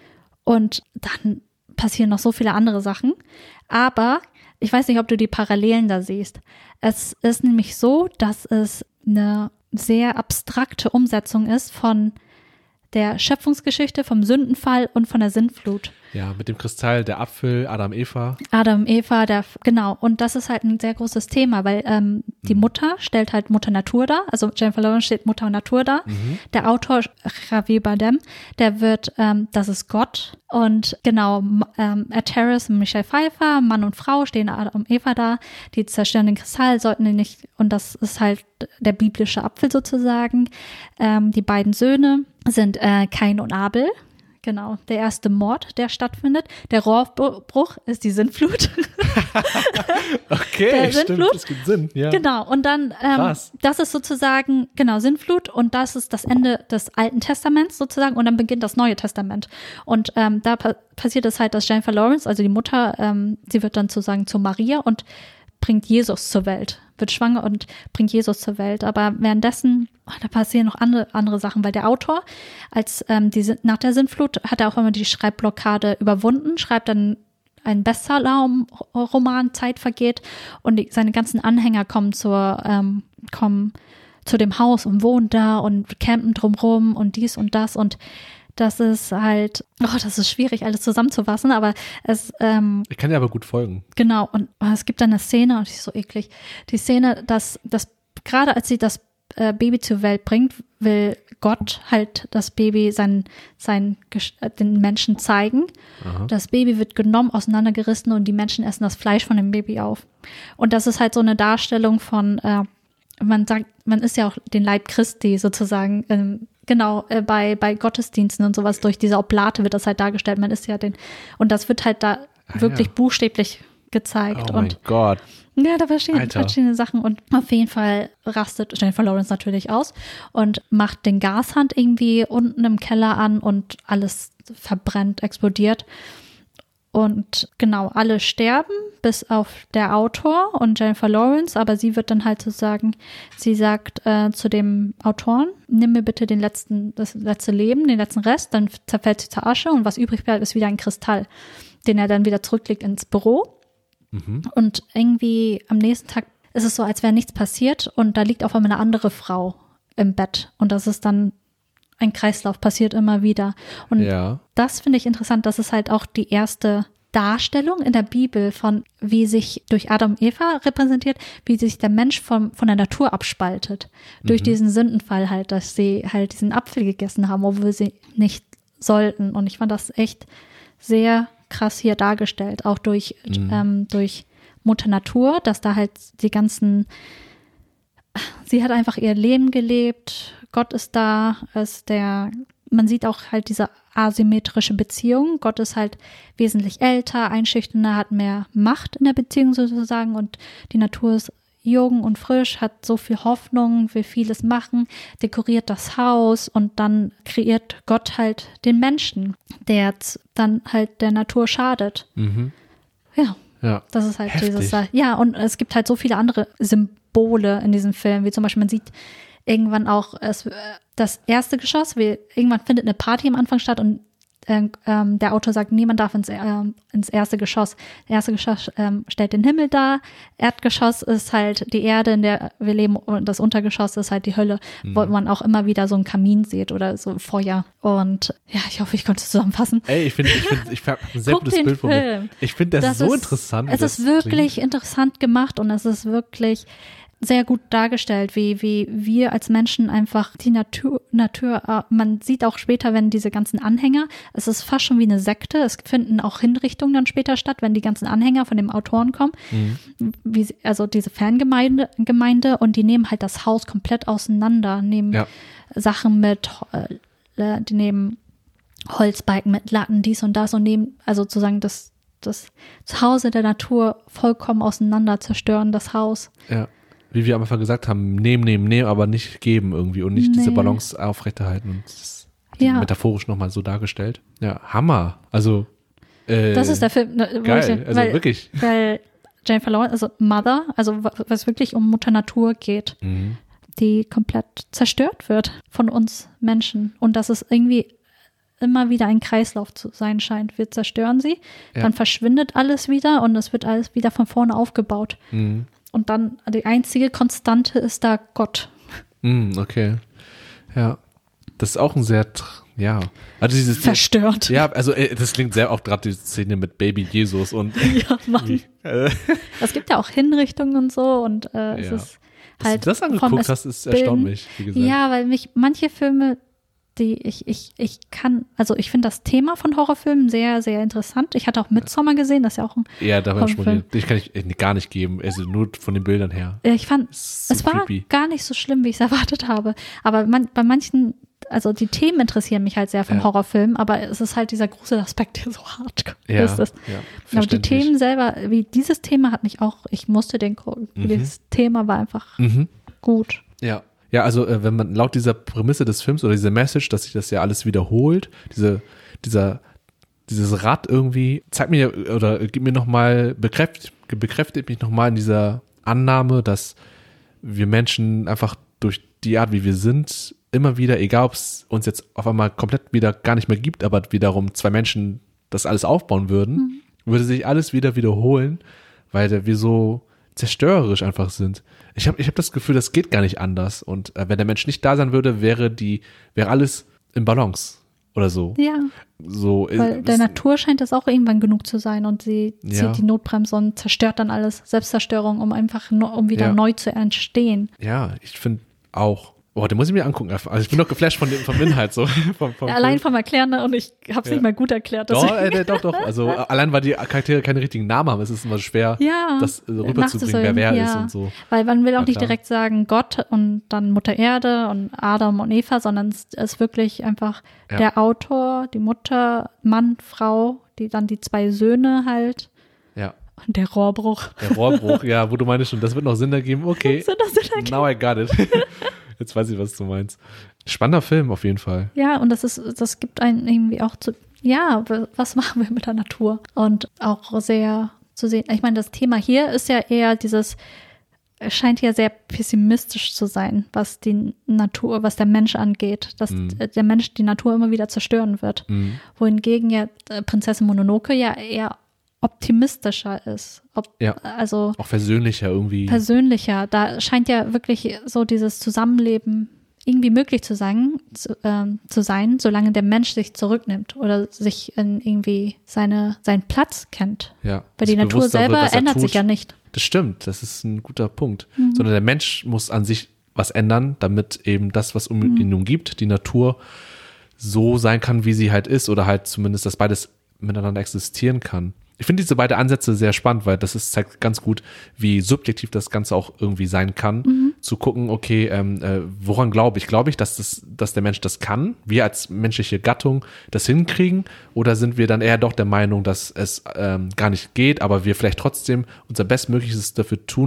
Und dann passieren noch so viele andere Sachen. Aber ich weiß nicht, ob du die Parallelen da siehst. Es ist nämlich so, dass es eine sehr abstrakte Umsetzung ist von der Schöpfungsgeschichte, vom Sündenfall und von der Sintflut. Ja, mit dem Kristall, der Apfel, Adam, Eva. Adam, Eva, der, genau. Und das ist halt ein sehr großes Thema, weil ähm, die mhm. Mutter stellt halt Mutter Natur dar. Also Jennifer Lawrence steht Mutter Natur dar. Mhm. Der Autor, Javier Bardem, der wird, ähm, das ist Gott. Und genau, ähm, Ed Harris und Michelle Pfeiffer, Mann und Frau, stehen Adam und Eva da. Die zerstören den Kristall, sollten die nicht, und das ist halt der biblische Apfel sozusagen. Ähm, die beiden Söhne sind äh, Kain und Abel. Genau, der erste Mord, der stattfindet. Der Rohrbruch ist die Sintflut. Okay, der stimmt, Sintflut. Das gibt Sinn. Ja. Genau, und dann, ähm, das ist sozusagen, genau, Sintflut und das ist das Ende des Alten Testaments sozusagen und dann beginnt das Neue Testament. Und ähm, da pa- passiert es halt, dass Jennifer Lawrence, also die Mutter, ähm, sie wird dann sozusagen zu Maria und bringt Jesus zur Welt, wird schwanger und bringt Jesus zur Welt. Aber währenddessen, oh, da passieren noch andere, andere Sachen, weil der Autor, als ähm, die, nach der Sintflut, hat er auch immer die Schreibblockade überwunden, schreibt dann einen Bestseller-Roman, Zeit vergeht und die, seine ganzen Anhänger kommen zur, ähm, kommen zu dem Haus und wohnen da und campen drumrum und dies und das und das ist halt, oh, das ist schwierig, alles zusammenzufassen, aber es, ähm, ich kann dir aber gut folgen. Genau, und oh, es gibt dann eine Szene, und die ist so eklig, die Szene, dass, dass gerade als sie das äh, Baby zur Welt bringt, will Gott halt das Baby seinen, seinen, den Menschen zeigen. Aha. Das Baby wird genommen, auseinandergerissen und die Menschen essen das Fleisch von dem Baby auf. Und das ist halt so eine Darstellung von, äh, man sagt, man ist ja auch den Leib Christi sozusagen, ähm, genau, äh, bei, bei Gottesdiensten und sowas, durch diese Oblate wird das halt dargestellt. Man ist ja den, und das wird halt da ah, wirklich ja. buchstäblich gezeigt. Oh mein und, Gott. Ja, da verschiedene, verschiedene Sachen und auf jeden Fall rastet Jennifer Lawrence natürlich aus und macht den Gashand irgendwie unten im Keller an und alles verbrennt, explodiert. Und genau, alle sterben, bis auf der Autor und Jennifer Lawrence, aber sie wird dann halt sozusagen, sie sagt äh, zu dem Autoren, nimm mir bitte den letzten, das letzte Leben, den letzten Rest, dann zerfällt sie zur Asche und was übrig bleibt, ist wieder ein Kristall, den er dann wieder zurücklegt ins Büro. Mhm. Und irgendwie am nächsten Tag ist es so, als wäre nichts passiert und da liegt auf einmal eine andere Frau im Bett und das ist dann ein Kreislauf, passiert immer wieder. Und ja. das finde ich interessant, das ist halt auch die erste Darstellung in der Bibel von, wie sich durch Adam und Eva repräsentiert, wie sich der Mensch von, von der Natur abspaltet. Mhm. Durch diesen Sündenfall halt, dass sie halt diesen Apfel gegessen haben, obwohl sie nicht sollten. Und ich fand das echt sehr krass hier dargestellt, auch durch, mhm. ähm, durch Mutter Natur, dass da halt die ganzen, sie hat einfach ihr Leben gelebt, Gott ist da, ist der, man sieht auch halt diese asymmetrische Beziehung. Gott ist halt wesentlich älter, einschüchternder, hat mehr Macht in der Beziehung sozusagen und die Natur ist jung und frisch, hat so viel Hoffnung, will vieles machen, dekoriert das Haus und dann kreiert Gott halt den Menschen, der dann halt der Natur schadet. Mhm. Ja, Ja. das ist halt Heftig. dieses, ja, und es gibt halt so viele andere Symbole in diesem Film, wie zum Beispiel, man sieht irgendwann auch es, das erste Geschoss, wie, irgendwann findet eine Party am Anfang statt und äh, ähm, der Autor sagt, niemand darf ins, äh, ins erste Geschoss. Das erste Geschoss ähm, stellt den Himmel dar, Erdgeschoss ist halt die Erde, in der wir leben, und das Untergeschoss ist halt die Hölle, mhm. wo man auch immer wieder so einen Kamin sieht oder so Feuer. Und ja, ich hoffe, ich konnte es zusammenfassen. Ey, ich finde, ich finde, ich habe ein sehr Guck gutes den Bild von mir. Film. Ich finde das, Das so ist- interessant. wie Es das ist wirklich klingt. interessant gemacht und es ist wirklich sehr gut dargestellt, wie, wie wir als Menschen einfach die Natur, Natur, äh, man sieht auch später, wenn diese ganzen Anhänger, es ist fast schon wie eine Sekte, es finden auch Hinrichtungen dann später statt, wenn die ganzen Anhänger von dem Autoren kommen, Mhm. wie, sie- also diese Fangemeinde Gemeinde, und die nehmen halt das Haus komplett auseinander, nehmen Ja. Sachen mit, äh, die nehmen Holzbalken mit Latten, dies und das und nehmen, also sozusagen das, das Zuhause der Natur vollkommen auseinander, zerstören das Haus. Ja. Wie wir am Anfang gesagt haben, nehmen, nehmen, nehmen, aber nicht geben irgendwie und nicht diese Nee. Balance aufrechterhalten. Und das ist Ja. metaphorisch nochmal so dargestellt. Ja, Hammer. Also, äh, Das ist der Film, ne, wo geil. ich, Also weil, wirklich. weil Jennifer Lawrence, also Mother, also wa- was wirklich um Mutter Natur geht, Mhm. die komplett zerstört wird von uns Menschen. Und dass es irgendwie immer wieder ein Kreislauf zu sein scheint. Wir zerstören sie, Ja. dann verschwindet alles wieder und es wird alles wieder von vorne aufgebaut. Mhm. Und dann die einzige Konstante ist da Gott. Mhm, okay. Ja. Das ist auch ein sehr, tr- ja. Also dieses, Verstört. ja, also äh, das klingt sehr oft gerade die Szene mit Baby Jesus und Ja, Mann. äh, Es gibt ja auch Hinrichtungen und so und äh, es Ja. ist dass halt. du das vom angeguckt hast, ist Bilden- erstaunlich, wie gesagt. Ja, weil mich manche Filme, die ich, ich, ich kann, also ich finde das Thema von Horrorfilmen sehr, sehr interessant. Ich hatte auch Midsommar gesehen, das ist ja auch ein, Ja, da war schon Horrorfilm. die, ich kann ich äh, gar nicht geben, also nur von den Bildern her. ja, ich fand, Ist so es war creepy. gar nicht so schlimm, wie ich es erwartet habe. Aber man, bei manchen, also die Themen interessieren mich halt sehr vom Ja. Horrorfilm, aber es ist halt dieser Gruselaspekt, der so hart Ja, ist. Das. ja, Aber die verständlich. Themen selber, wie dieses Thema hat mich auch, ich musste den gucken. Mhm. Dieses Thema war einfach Mhm. gut. Ja. Ja, also äh, wenn man laut dieser Prämisse des Films oder dieser Message, dass sich das ja alles wiederholt, diese, dieser, dieses Rad irgendwie, zeigt mir oder gibt mir nochmal, bekräftigt, bekräftigt mich nochmal in dieser Annahme, dass wir Menschen einfach durch die Art, wie wir sind, immer wieder, egal ob es uns jetzt auf einmal komplett wieder gar nicht mehr gibt, aber wiederum zwei Menschen das alles aufbauen würden, würde sich alles wieder wiederholen, weil wir so zerstörerisch einfach sind. Ich habe ich hab das Gefühl, das geht gar nicht anders. Und äh, wenn der Mensch nicht da sein würde, wäre die, wäre alles im Balance oder so. Ja, So äh, weil der es- Natur scheint es auch irgendwann genug zu sein und sie Ja. zieht die Notbremse und zerstört dann alles. Selbstzerstörung, um einfach, no, um wieder Ja. neu zu entstehen. ja, ich finde auch. Oh, den muss ich mir angucken. Also ich bin doch geflasht von dem, vom Inhalt so. vom, vom Allein Film. vom Erklären, ne, und ich habe es Ja. nicht mal gut erklärt. Doch, deswegen- äh, doch, doch. Also äh, allein, weil die Charaktere keine richtigen Namen haben, ist es immer schwer, Ja, das äh, macht rüberzubringen, es wer wer ja. ist und so. Weil man will auch Ja, nicht klar. direkt sagen Gott und dann Mutter Erde und Adam und Eva, sondern es ist wirklich einfach Ja. der Autor, die Mutter, Mann, Frau, die dann die zwei Söhne halt Ja, und der Rohrbruch. der Rohrbruch, ja, wo du meinst schon, das wird noch Sinn ergeben. Okay, Sinn das Sinn ergeben? now I got it. Jetzt weiß ich, was du meinst. Spannender Film auf jeden Fall. Ja, und das ist, das gibt einen irgendwie auch zu, ja, was machen wir mit der Natur? Und auch sehr zu sehen. Ich meine, das Thema hier ist ja eher dieses, es scheint ja sehr pessimistisch zu sein, was die Natur, was der Mensch angeht, dass Mhm. der Mensch die Natur immer wieder zerstören wird. Mhm. Wohingegen ja äh, Prinzessin Mononoke ja eher optimistischer ist. Ob, Ja. Also Auch versöhnlicher irgendwie. persönlicher. Da scheint ja wirklich so dieses Zusammenleben irgendwie möglich zu sein, zu, ähm, zu sein, solange der Mensch sich zurücknimmt oder sich in irgendwie seine, seinen Platz kennt. ja. Weil die Sich Natur bewusster wird, selber was er ändert tut. sich ja nicht. Das stimmt, das ist ein guter Punkt. Mhm. Sondern der Mensch muss an sich was ändern, damit eben das, was um Mhm. ihn umgibt, die Natur so sein kann, wie sie halt ist oder halt zumindest, dass beides miteinander existieren kann. Ich finde diese beiden Ansätze sehr spannend, weil das ist, zeigt ganz gut, wie subjektiv das Ganze auch irgendwie sein kann. Mhm. Zu gucken, okay, ähm, äh, woran glaube ich? Glaube ich, dass, das, dass der Mensch das kann? Wir als menschliche Gattung das hinkriegen? Oder sind wir dann eher doch der Meinung, dass es ähm, gar nicht geht, aber wir vielleicht trotzdem unser Bestmögliches dafür tun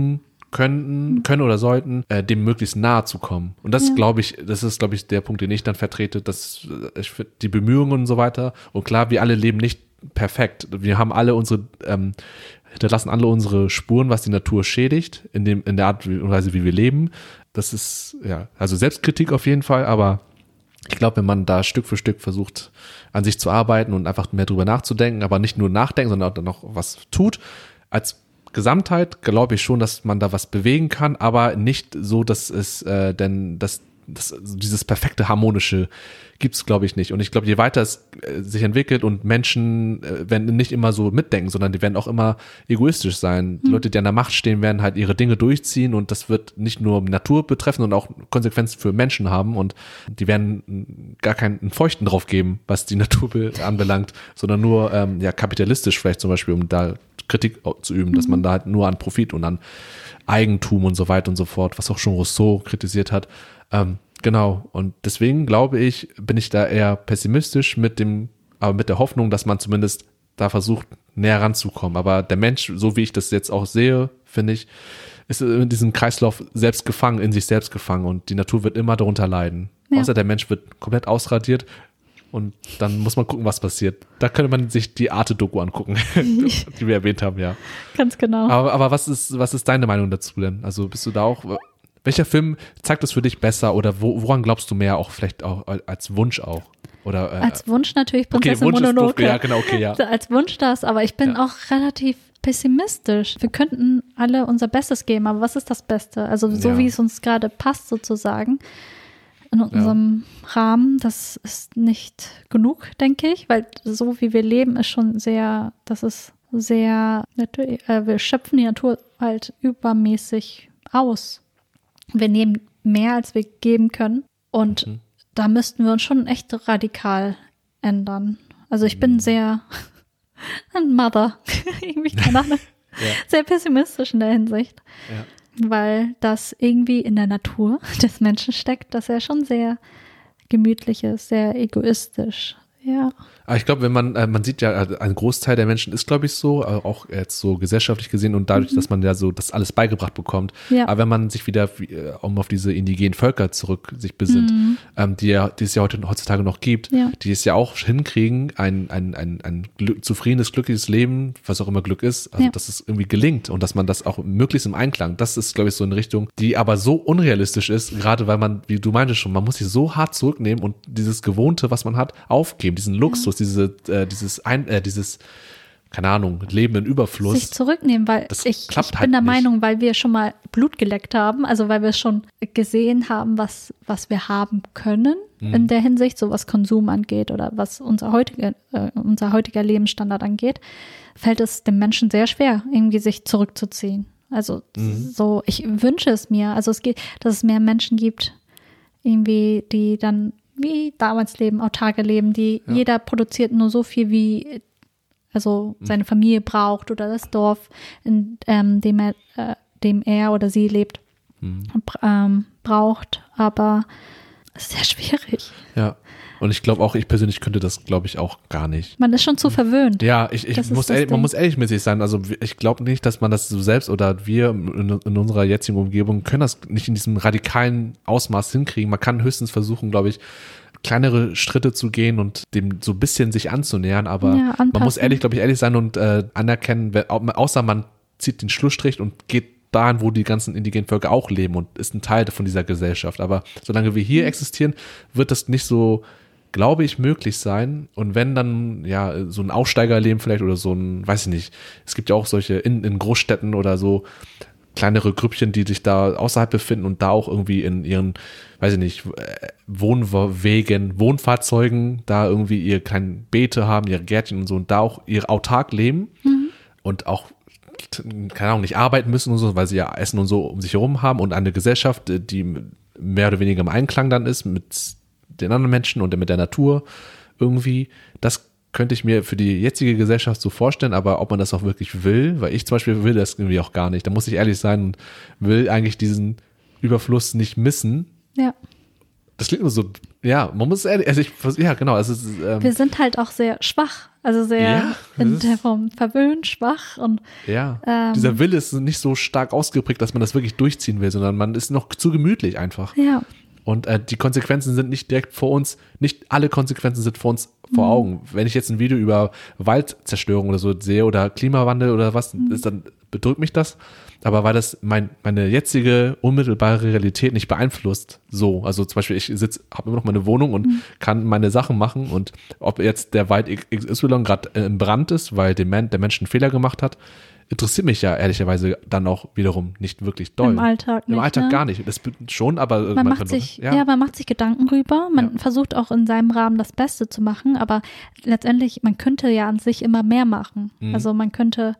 können, können oder sollten, äh, dem möglichst nahe zu kommen. Und das Ja. glaube ich, das ist, glaube ich, der Punkt, den ich dann vertrete, dass äh, ich find, die Bemühungen und so weiter. Und klar, wir alle leben nicht perfekt. Wir haben alle unsere, ähm, hinterlassen alle unsere Spuren, was die Natur schädigt, in dem, in der Art und Weise, wie wir leben. Das ist, ja, also Selbstkritik auf jeden Fall, aber ich glaube, wenn man da Stück für Stück versucht, an sich zu arbeiten und einfach mehr drüber nachzudenken, aber nicht nur nachdenken, sondern auch dann noch was tut, als Gesamtheit glaube ich schon, dass man da was bewegen kann, aber nicht so, dass es äh, denn das, das dieses perfekte harmonische gibt es, glaube ich, nicht. Und ich glaube, je weiter es äh, sich entwickelt und Menschen äh, werden nicht immer so mitdenken, sondern die werden auch immer egoistisch sein. Die Hm. Leute, die an der Macht stehen, werden halt ihre Dinge durchziehen und das wird nicht nur Natur betreffen und auch Konsequenzen für Menschen haben und die werden gar keinen Feuchten drauf geben, was die Natur be- anbelangt, sondern nur ähm, ja kapitalistisch vielleicht zum Beispiel, um da Kritik zu üben, dass man da halt nur an Profit und an Eigentum und so weiter und so fort, was auch schon Rousseau kritisiert hat. Ähm, genau. Und deswegen glaube ich, bin ich da eher pessimistisch mit dem, aber mit der Hoffnung, dass man zumindest da versucht, näher ranzukommen. Aber der Mensch, so wie ich das jetzt auch sehe, finde ich, ist in diesem Kreislauf selbst gefangen, in sich selbst gefangen und die Natur wird immer darunter leiden. Ja. Außer der Mensch wird komplett ausradiert. Und dann muss man gucken, was passiert. Da könnte man sich die Arte-Doku angucken, die wir erwähnt haben, ja. Ganz genau. Aber, aber was ist, was ist deine Meinung dazu denn? Also bist du da auch, welcher Film zeigt das für dich besser oder wo, woran glaubst du mehr auch vielleicht auch als Wunsch auch? Oder, äh, Als Wunsch natürlich okay, Prinzessin Wunsch ist doof, Mononoke. ja, genau, okay, ja. Als Wunsch das, aber ich bin Ja. auch relativ pessimistisch. Wir könnten alle unser Bestes geben, aber was ist das Beste? Also so Ja. wie es uns gerade passt sozusagen in unserem Rahmen, das ist nicht genug, denke ich, weil so wie wir leben ist schon sehr, das ist sehr, natürlich, äh, wir schöpfen die Natur halt übermäßig aus. Wir nehmen mehr, als wir geben können und Mhm. da müssten wir uns schon echt radikal ändern. Also ich bin sehr ein Mother, irgendwie keine Ahnung, Ja. sehr pessimistisch in der Hinsicht, Ja. weil das irgendwie in der Natur des Menschen steckt, dass er schon sehr gemütlich ist, sehr egoistisch. Ja, Aber ich glaube, wenn man, äh, man sieht ja, äh, ein Großteil der Menschen ist, glaube ich, so, äh, auch jetzt so gesellschaftlich gesehen und dadurch, Mhm. dass man ja so das alles beigebracht bekommt. Ja. Aber wenn man sich wieder, äh, um auf diese indigenen Völker zurück sich besinnt, Mhm. ähm, die ja, die es ja heute, heutzutage noch gibt, Ja. die es ja auch hinkriegen, ein, ein, ein, ein Glück, zufriedenes, glückliches Leben, was auch immer Glück ist, also Ja. dass es irgendwie gelingt und dass man das auch möglichst im Einklang, das ist, glaube ich, so eine Richtung, die aber so unrealistisch ist, gerade weil man, wie du meintest schon, man muss sich so hart zurücknehmen und dieses Gewohnte, was man hat, aufgeben, diesen Luxus, diese, äh, dieses, ein, äh, dieses, keine Ahnung, Leben in Überfluss. sich zurücknehmen, weil Das ich, ich klappt bin halt der nicht. Meinung, weil wir schon mal Blut geleckt haben, also weil wir schon gesehen haben, was, was wir haben können Mhm. in der Hinsicht, so was Konsum angeht oder was unser heutiger, äh, unser heutiger Lebensstandard angeht, fällt es dem Menschen sehr schwer, irgendwie sich zurückzuziehen. Also Mhm. so, ich wünsche es mir, also es geht, dass es mehr Menschen gibt, irgendwie, die dann wie damals leben, autarke leben, die Ja. jeder produziert nur so viel, wie also seine Familie braucht oder das Dorf, in ähm, dem er, äh, dem er oder sie lebt, Mhm. ähm, braucht. Aber es ist sehr schwierig. Ja. Und ich glaube auch, ich persönlich könnte das, glaube ich, auch gar nicht. Man ist schon zu verwöhnt. Ja, ich, ich Das ist muss das ehrlich, man Ding. muss ehrlich mit sich sein. Also ich glaube nicht, dass man das so selbst oder wir in, in unserer jetzigen Umgebung können das nicht in diesem radikalen Ausmaß hinkriegen. Man kann höchstens versuchen, glaube ich, kleinere Schritte zu gehen und dem so ein bisschen sich anzunähern. Aber Ja, man muss anpassen. ehrlich, glaube ich, ehrlich sein und äh, anerkennen, wenn, außer man zieht den Schlussstrich und geht dahin, wo die ganzen indigenen Völker auch leben und ist ein Teil von dieser Gesellschaft. Aber solange wir hier existieren, wird das nicht so, glaube ich, möglich sein. Und wenn dann, ja, so ein Aussteigerleben vielleicht oder so ein, weiß ich nicht, es gibt ja auch solche in, in Großstädten oder so kleinere Grüppchen, die sich da außerhalb befinden und da auch irgendwie in ihren, weiß ich nicht, Wohnwegen, Wohnfahrzeugen da irgendwie ihre kleinen Beete haben, ihre Gärtchen und so und da auch ihr autark leben Mhm. und auch, keine Ahnung, nicht arbeiten müssen und so, weil sie ja Essen und so um sich herum haben und eine Gesellschaft, die mehr oder weniger im Einklang dann ist mit den anderen Menschen und mit der Natur irgendwie, das könnte ich mir für die jetzige Gesellschaft so vorstellen, aber ob man das auch wirklich will, weil ich zum Beispiel will das irgendwie auch gar nicht, da muss ich ehrlich sein und will eigentlich diesen Überfluss nicht missen. Ja. Das klingt nur so, ja, man muss ehrlich, also ich, ja genau, es ist, ähm, Wir sind halt auch sehr schwach Also sehr Ja, in das der ist- Form verwöhnt, schwach und Ja, Ähm. dieser Wille ist nicht so stark ausgeprägt, dass man das wirklich durchziehen will, sondern man ist noch zu gemütlich einfach. ja, Und äh, die Konsequenzen sind nicht direkt vor uns, nicht alle Konsequenzen sind vor uns vor Mhm. Augen. Wenn ich jetzt ein Video über Waldzerstörung oder so sehe oder Klimawandel oder was, Mhm. ist, dann bedrückt mich das. Aber weil das mein, meine jetzige unmittelbare Realität nicht beeinflusst, so, also zum Beispiel ich sitze, habe immer noch meine Wohnung und Mhm. kann meine Sachen machen und ob jetzt der Wald X Y gerade im Brand ist, weil der, Man, der Mensch einen Fehler gemacht hat, interessiert mich ja ehrlicherweise dann auch wiederum nicht wirklich doll. im Alltag nicht. Im Alltag ne? gar nicht. Das be- schon, aber Man manchmal macht doch. sich, ja. man macht sich Gedanken rüber, man Ja. versucht auch in seinem Rahmen das Beste zu machen, aber letztendlich, man könnte ja an sich immer mehr machen. Mhm. Also man könnte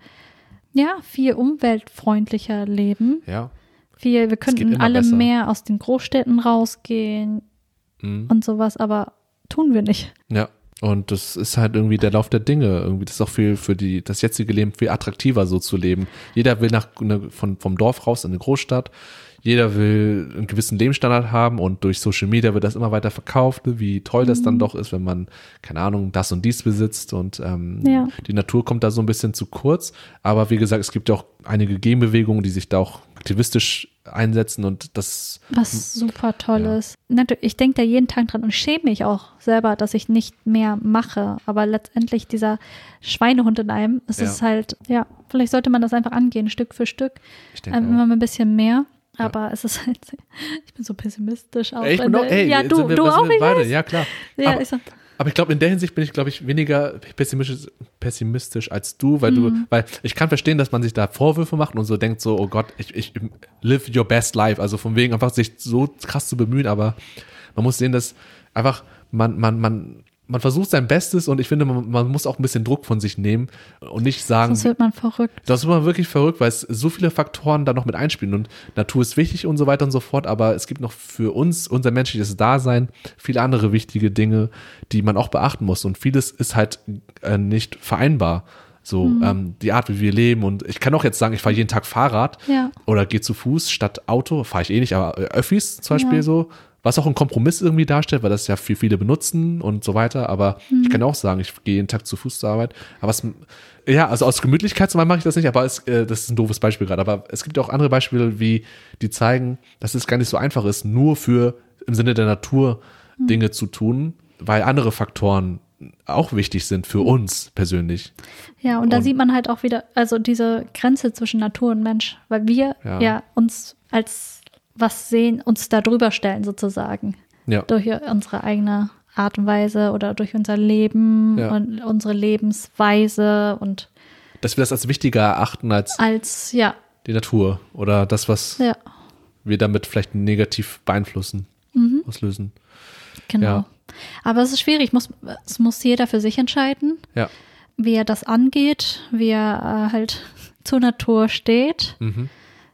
ja viel umweltfreundlicher leben. Ja. Viel, wir geht könnten immer alle besser. mehr aus den Großstädten rausgehen Mhm. und sowas, aber tun wir nicht. Ja. Und das ist halt irgendwie der Lauf der Dinge. Irgendwie, das ist auch viel für die, das jetzige Leben viel attraktiver so zu leben. Jeder will nach, ne, von, vom Dorf raus in eine Großstadt. Jeder will einen gewissen Lebensstandard haben und durch Social Media wird das immer weiter verkauft, ne, wie toll das dann doch ist, wenn man, keine Ahnung, das und dies besitzt und ähm, Ja. die Natur kommt da so ein bisschen zu kurz. Aber wie gesagt, es gibt ja auch einige Gegenbewegungen, die sich da auch aktivistisch einsetzen und das, Was super toll Ja. ist. Natürlich, ich denke da jeden Tag dran und ich schäme mich auch selber, dass ich nicht mehr mache. Aber letztendlich dieser Schweinehund in einem, es Ja. ist halt, ja, vielleicht sollte man das einfach angehen, Stück für Stück. ich denke Ähm, auch. immer mal ein bisschen mehr. Aber es ist halt, ich bin so pessimistisch auch. Ey, ich bin in doch, der- ey, ja, jetzt du, sind wir, du sind auch, wir ich beide, weiß. ja klar. Ja, aber, ich so, aber ich glaube, in der Hinsicht bin ich, glaube ich, weniger pessimistisch, pessimistisch als du, weil du, weil ich kann verstehen, dass man sich da Vorwürfe macht und so denkt so, oh Gott, ich, ich live your best life, also von wegen einfach sich so krass zu bemühen, aber man muss sehen, dass einfach man, man, man, man versucht sein Bestes und ich finde, man, man muss auch ein bisschen Druck von sich nehmen und nicht sagen, sonst wird man verrückt. das ist immer wirklich verrückt, weil es so viele Faktoren da noch mit einspielen und Natur ist wichtig und so weiter und so fort, aber es gibt noch für uns, unser menschliches Dasein, viele andere wichtige Dinge, die man auch beachten muss und vieles ist halt äh, nicht vereinbar. So, Mhm. ähm, die Art, wie wir leben und ich kann auch jetzt sagen, ich fahre jeden Tag Fahrrad Ja. oder gehe zu Fuß statt Auto, fahre ich eh nicht, aber äh, Öffis zum Beispiel Ja. so, was auch ein Kompromiss irgendwie darstellt, weil das ja für viele benutzen und so weiter, aber Mhm. ich kann auch sagen, ich gehe jeden Tag zu Fuß zur Arbeit, aber es, ja, also aus Gemütlichkeitsmal mache ich das nicht, aber es, äh, das ist ein doofes Beispiel gerade, aber es gibt auch andere Beispiele, wie die zeigen, dass es gar nicht so einfach ist, nur für im Sinne der Natur Mhm. Dinge zu tun, weil andere Faktoren auch wichtig sind für uns persönlich. Ja, und da Und- sieht man halt auch wieder, also diese Grenze zwischen Natur und Mensch, weil wir Ja. ja, uns als was sehen, uns da drüber stellen sozusagen. Ja. Durch unsere eigene Art und Weise oder durch unser Leben Ja. und unsere Lebensweise und Dass wir das als wichtiger erachten als als, ja, die Natur oder das, was ja, wir damit vielleicht negativ beeinflussen, auslösen. genau. Ja. Aber es ist schwierig, muss, es muss jeder für sich entscheiden, Ja. wie er das angeht, wie er äh, halt zur Natur steht. Mhm.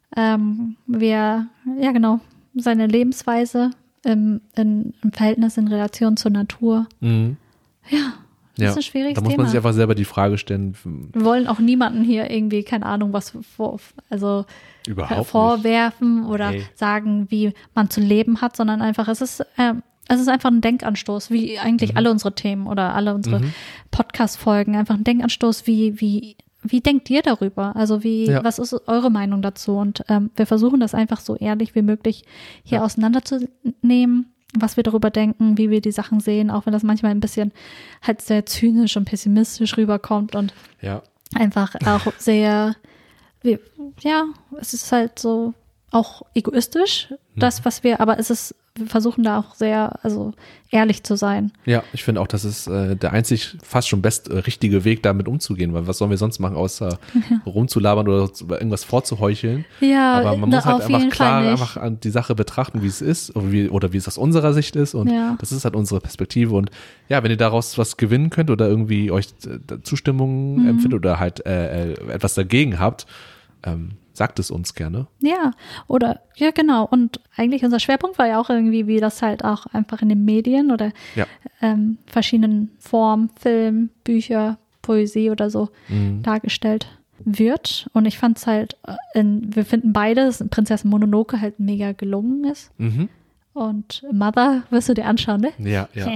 ähm, wer, ja genau, seine Lebensweise im, in, im Verhältnis in Relation zur Natur. Mhm. Ja, das Ja. ist ein schwieriges Da muss Thema. man sich einfach selber die Frage stellen, Wir wollen auch niemanden hier irgendwie, keine Ahnung, was vor, also überhaupt nicht. vorwerfen oder Nee. sagen, wie man zu leben hat, sondern einfach, es ist, ähm, es ist einfach ein Denkanstoß, wie eigentlich Mhm. alle unsere Themen oder alle unsere Mhm. Podcast-Folgen, einfach ein Denkanstoß, wie, wie, wie denkt ihr darüber? Also wie, Ja. was ist eure Meinung dazu? Und ähm, wir versuchen das einfach so ehrlich wie möglich hier Ja. auseinanderzunehmen, was wir darüber denken, wie wir die Sachen sehen, auch wenn das manchmal ein bisschen halt sehr zynisch und pessimistisch rüberkommt und Ja. einfach auch sehr, wie, ja, es ist halt so auch egoistisch, das, was wir, aber es ist, wir versuchen da auch sehr, also ehrlich zu sein. Ja, ich finde auch, das ist äh, der einzig fast schon best äh, richtige Weg, damit umzugehen, weil was sollen wir sonst machen, außer rumzulabern oder zu- irgendwas vorzuheucheln. Ja, Aber man na, muss halt auf einfach jeden klar Fall nicht. einfach an die Sache betrachten, wie es ist oder wie, oder wie es aus unserer Sicht ist und Ja. das ist halt unsere Perspektive und ja, wenn ihr daraus was gewinnen könnt oder irgendwie euch äh, Zustimmung Mhm. empfindet oder halt äh, äh, etwas dagegen habt, ähm, sagt es uns gerne. Ja, oder, ja, genau. Und eigentlich unser Schwerpunkt war ja auch irgendwie, wie das halt auch einfach in den Medien oder Ja. ähm, verschiedenen Formen, Film, Bücher, Poesie oder so Mhm. dargestellt wird. Und ich fand es halt, äh, in, wir finden beide, dass Prinzessin Mononoke halt mega gelungen ist. Mhm. und Mother wirst du dir anschauen, ne? Ja, ja.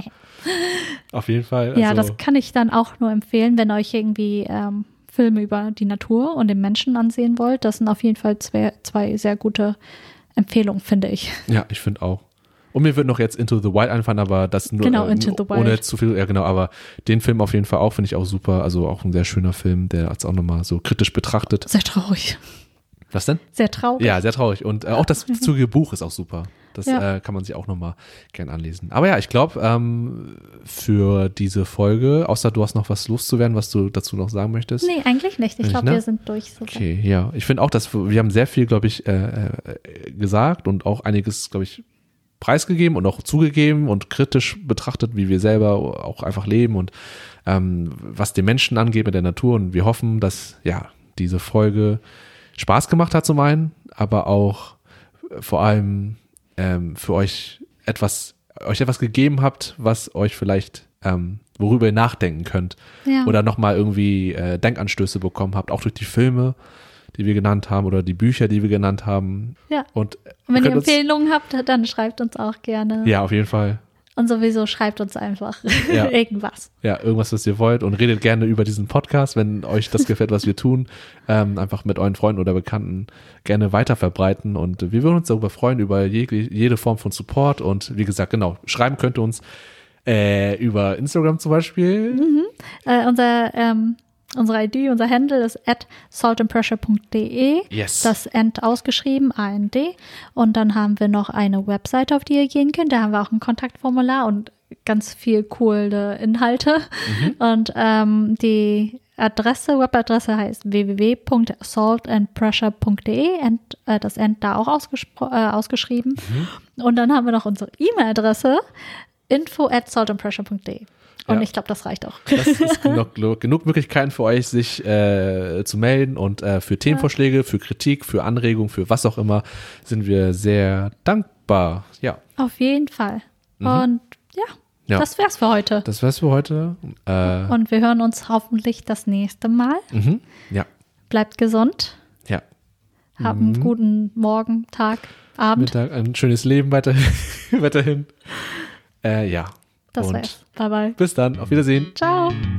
Auf jeden Fall. Ja, also, das kann ich dann auch nur empfehlen, wenn ihr euch irgendwie ähm, Filme über die Natur und den Menschen ansehen wollt. Das sind auf jeden Fall zwei, zwei sehr gute Empfehlungen, finde ich. Ja, ich finde auch. Und mir wird noch jetzt Into the Wild einfallen, aber das nur, Genau, äh, Into nur the Wild. ohne zu viel, ja genau, aber den Film auf jeden Fall auch, finde ich auch super. Also auch ein sehr schöner Film, der als auch nochmal so kritisch betrachtet. Sehr traurig. Was denn? Sehr traurig. Ja, sehr traurig. Und äh, auch das zugehörige Buch ist auch super. Das Ja. äh, kann man sich auch nochmal gern anlesen. Aber ja, ich glaube, ähm, für diese Folge, außer du hast noch was loszuwerden, was du dazu noch sagen möchtest. Nee, eigentlich nicht. Ich Nicht, glaube, ne? wir sind durch. So Okay, ja. Ich finde auch, dass wir, wir haben sehr viel, glaube ich, äh, äh, gesagt und auch einiges, glaube ich, preisgegeben und auch zugegeben und kritisch betrachtet, wie wir selber auch einfach leben und ähm, was den Menschen angeht mit der Natur. Und wir hoffen, dass ja diese Folge Spaß gemacht hat zum einen, aber auch vor allem ähm, für euch etwas, euch etwas gegeben habt, was euch vielleicht, ähm, worüber ihr nachdenken könnt Ja. oder nochmal irgendwie äh, Denkanstöße bekommen habt, auch durch die Filme, die wir genannt haben oder die Bücher, die wir genannt haben. Ja. Und, Und wenn ihr könnt uns- Empfehlungen habt, dann schreibt uns auch gerne. Ja, auf jeden Fall. Und sowieso schreibt uns einfach Ja. irgendwas. Ja, irgendwas, was ihr wollt und redet gerne über diesen Podcast, wenn euch das gefällt, was wir tun. Ähm, einfach mit euren Freunden oder Bekannten gerne weiter verbreiten und wir würden uns darüber freuen, über jede, jede Form von Support und wie gesagt, genau, schreiben könnt ihr uns äh, über Instagram zum Beispiel. Mhm. Äh, unser, ähm, unsere I D, unser Handle ist at saltandpressure punkt de. Yes. Das End ausgeschrieben, A N D. Und dann haben wir noch eine Webseite, auf die ihr gehen könnt. Da haben wir auch ein Kontaktformular und ganz viel coole Inhalte. Mhm. Und ähm, die Adresse, Webadresse heißt w w w punkt salt and pressure punkt de. Und, äh, das End da auch ausgespro- äh, ausgeschrieben. Mhm. Und dann haben wir noch unsere E-Mail-Adresse info at saltandpressure punkt de. Und Ja. ich glaube, das reicht auch. Das ist genug, genug Möglichkeiten für euch, sich äh, zu melden und äh, für Themenvorschläge, für Kritik, für Anregungen, für was auch immer, sind wir sehr dankbar. Ja, Auf jeden Fall. Mhm. Und ja, Ja. das wär's für heute. das wär's für heute. Äh, Und wir hören uns hoffentlich das nächste Mal. mhm. Ja, Bleibt gesund. ja. Habt einen guten Morgen, Tag, Abend. Mittag, ein schönes Leben weiterhin. weiterhin. Äh, ja. Das Und wär's. Bye, bye. bis dann. Auf Wiedersehen. Ciao.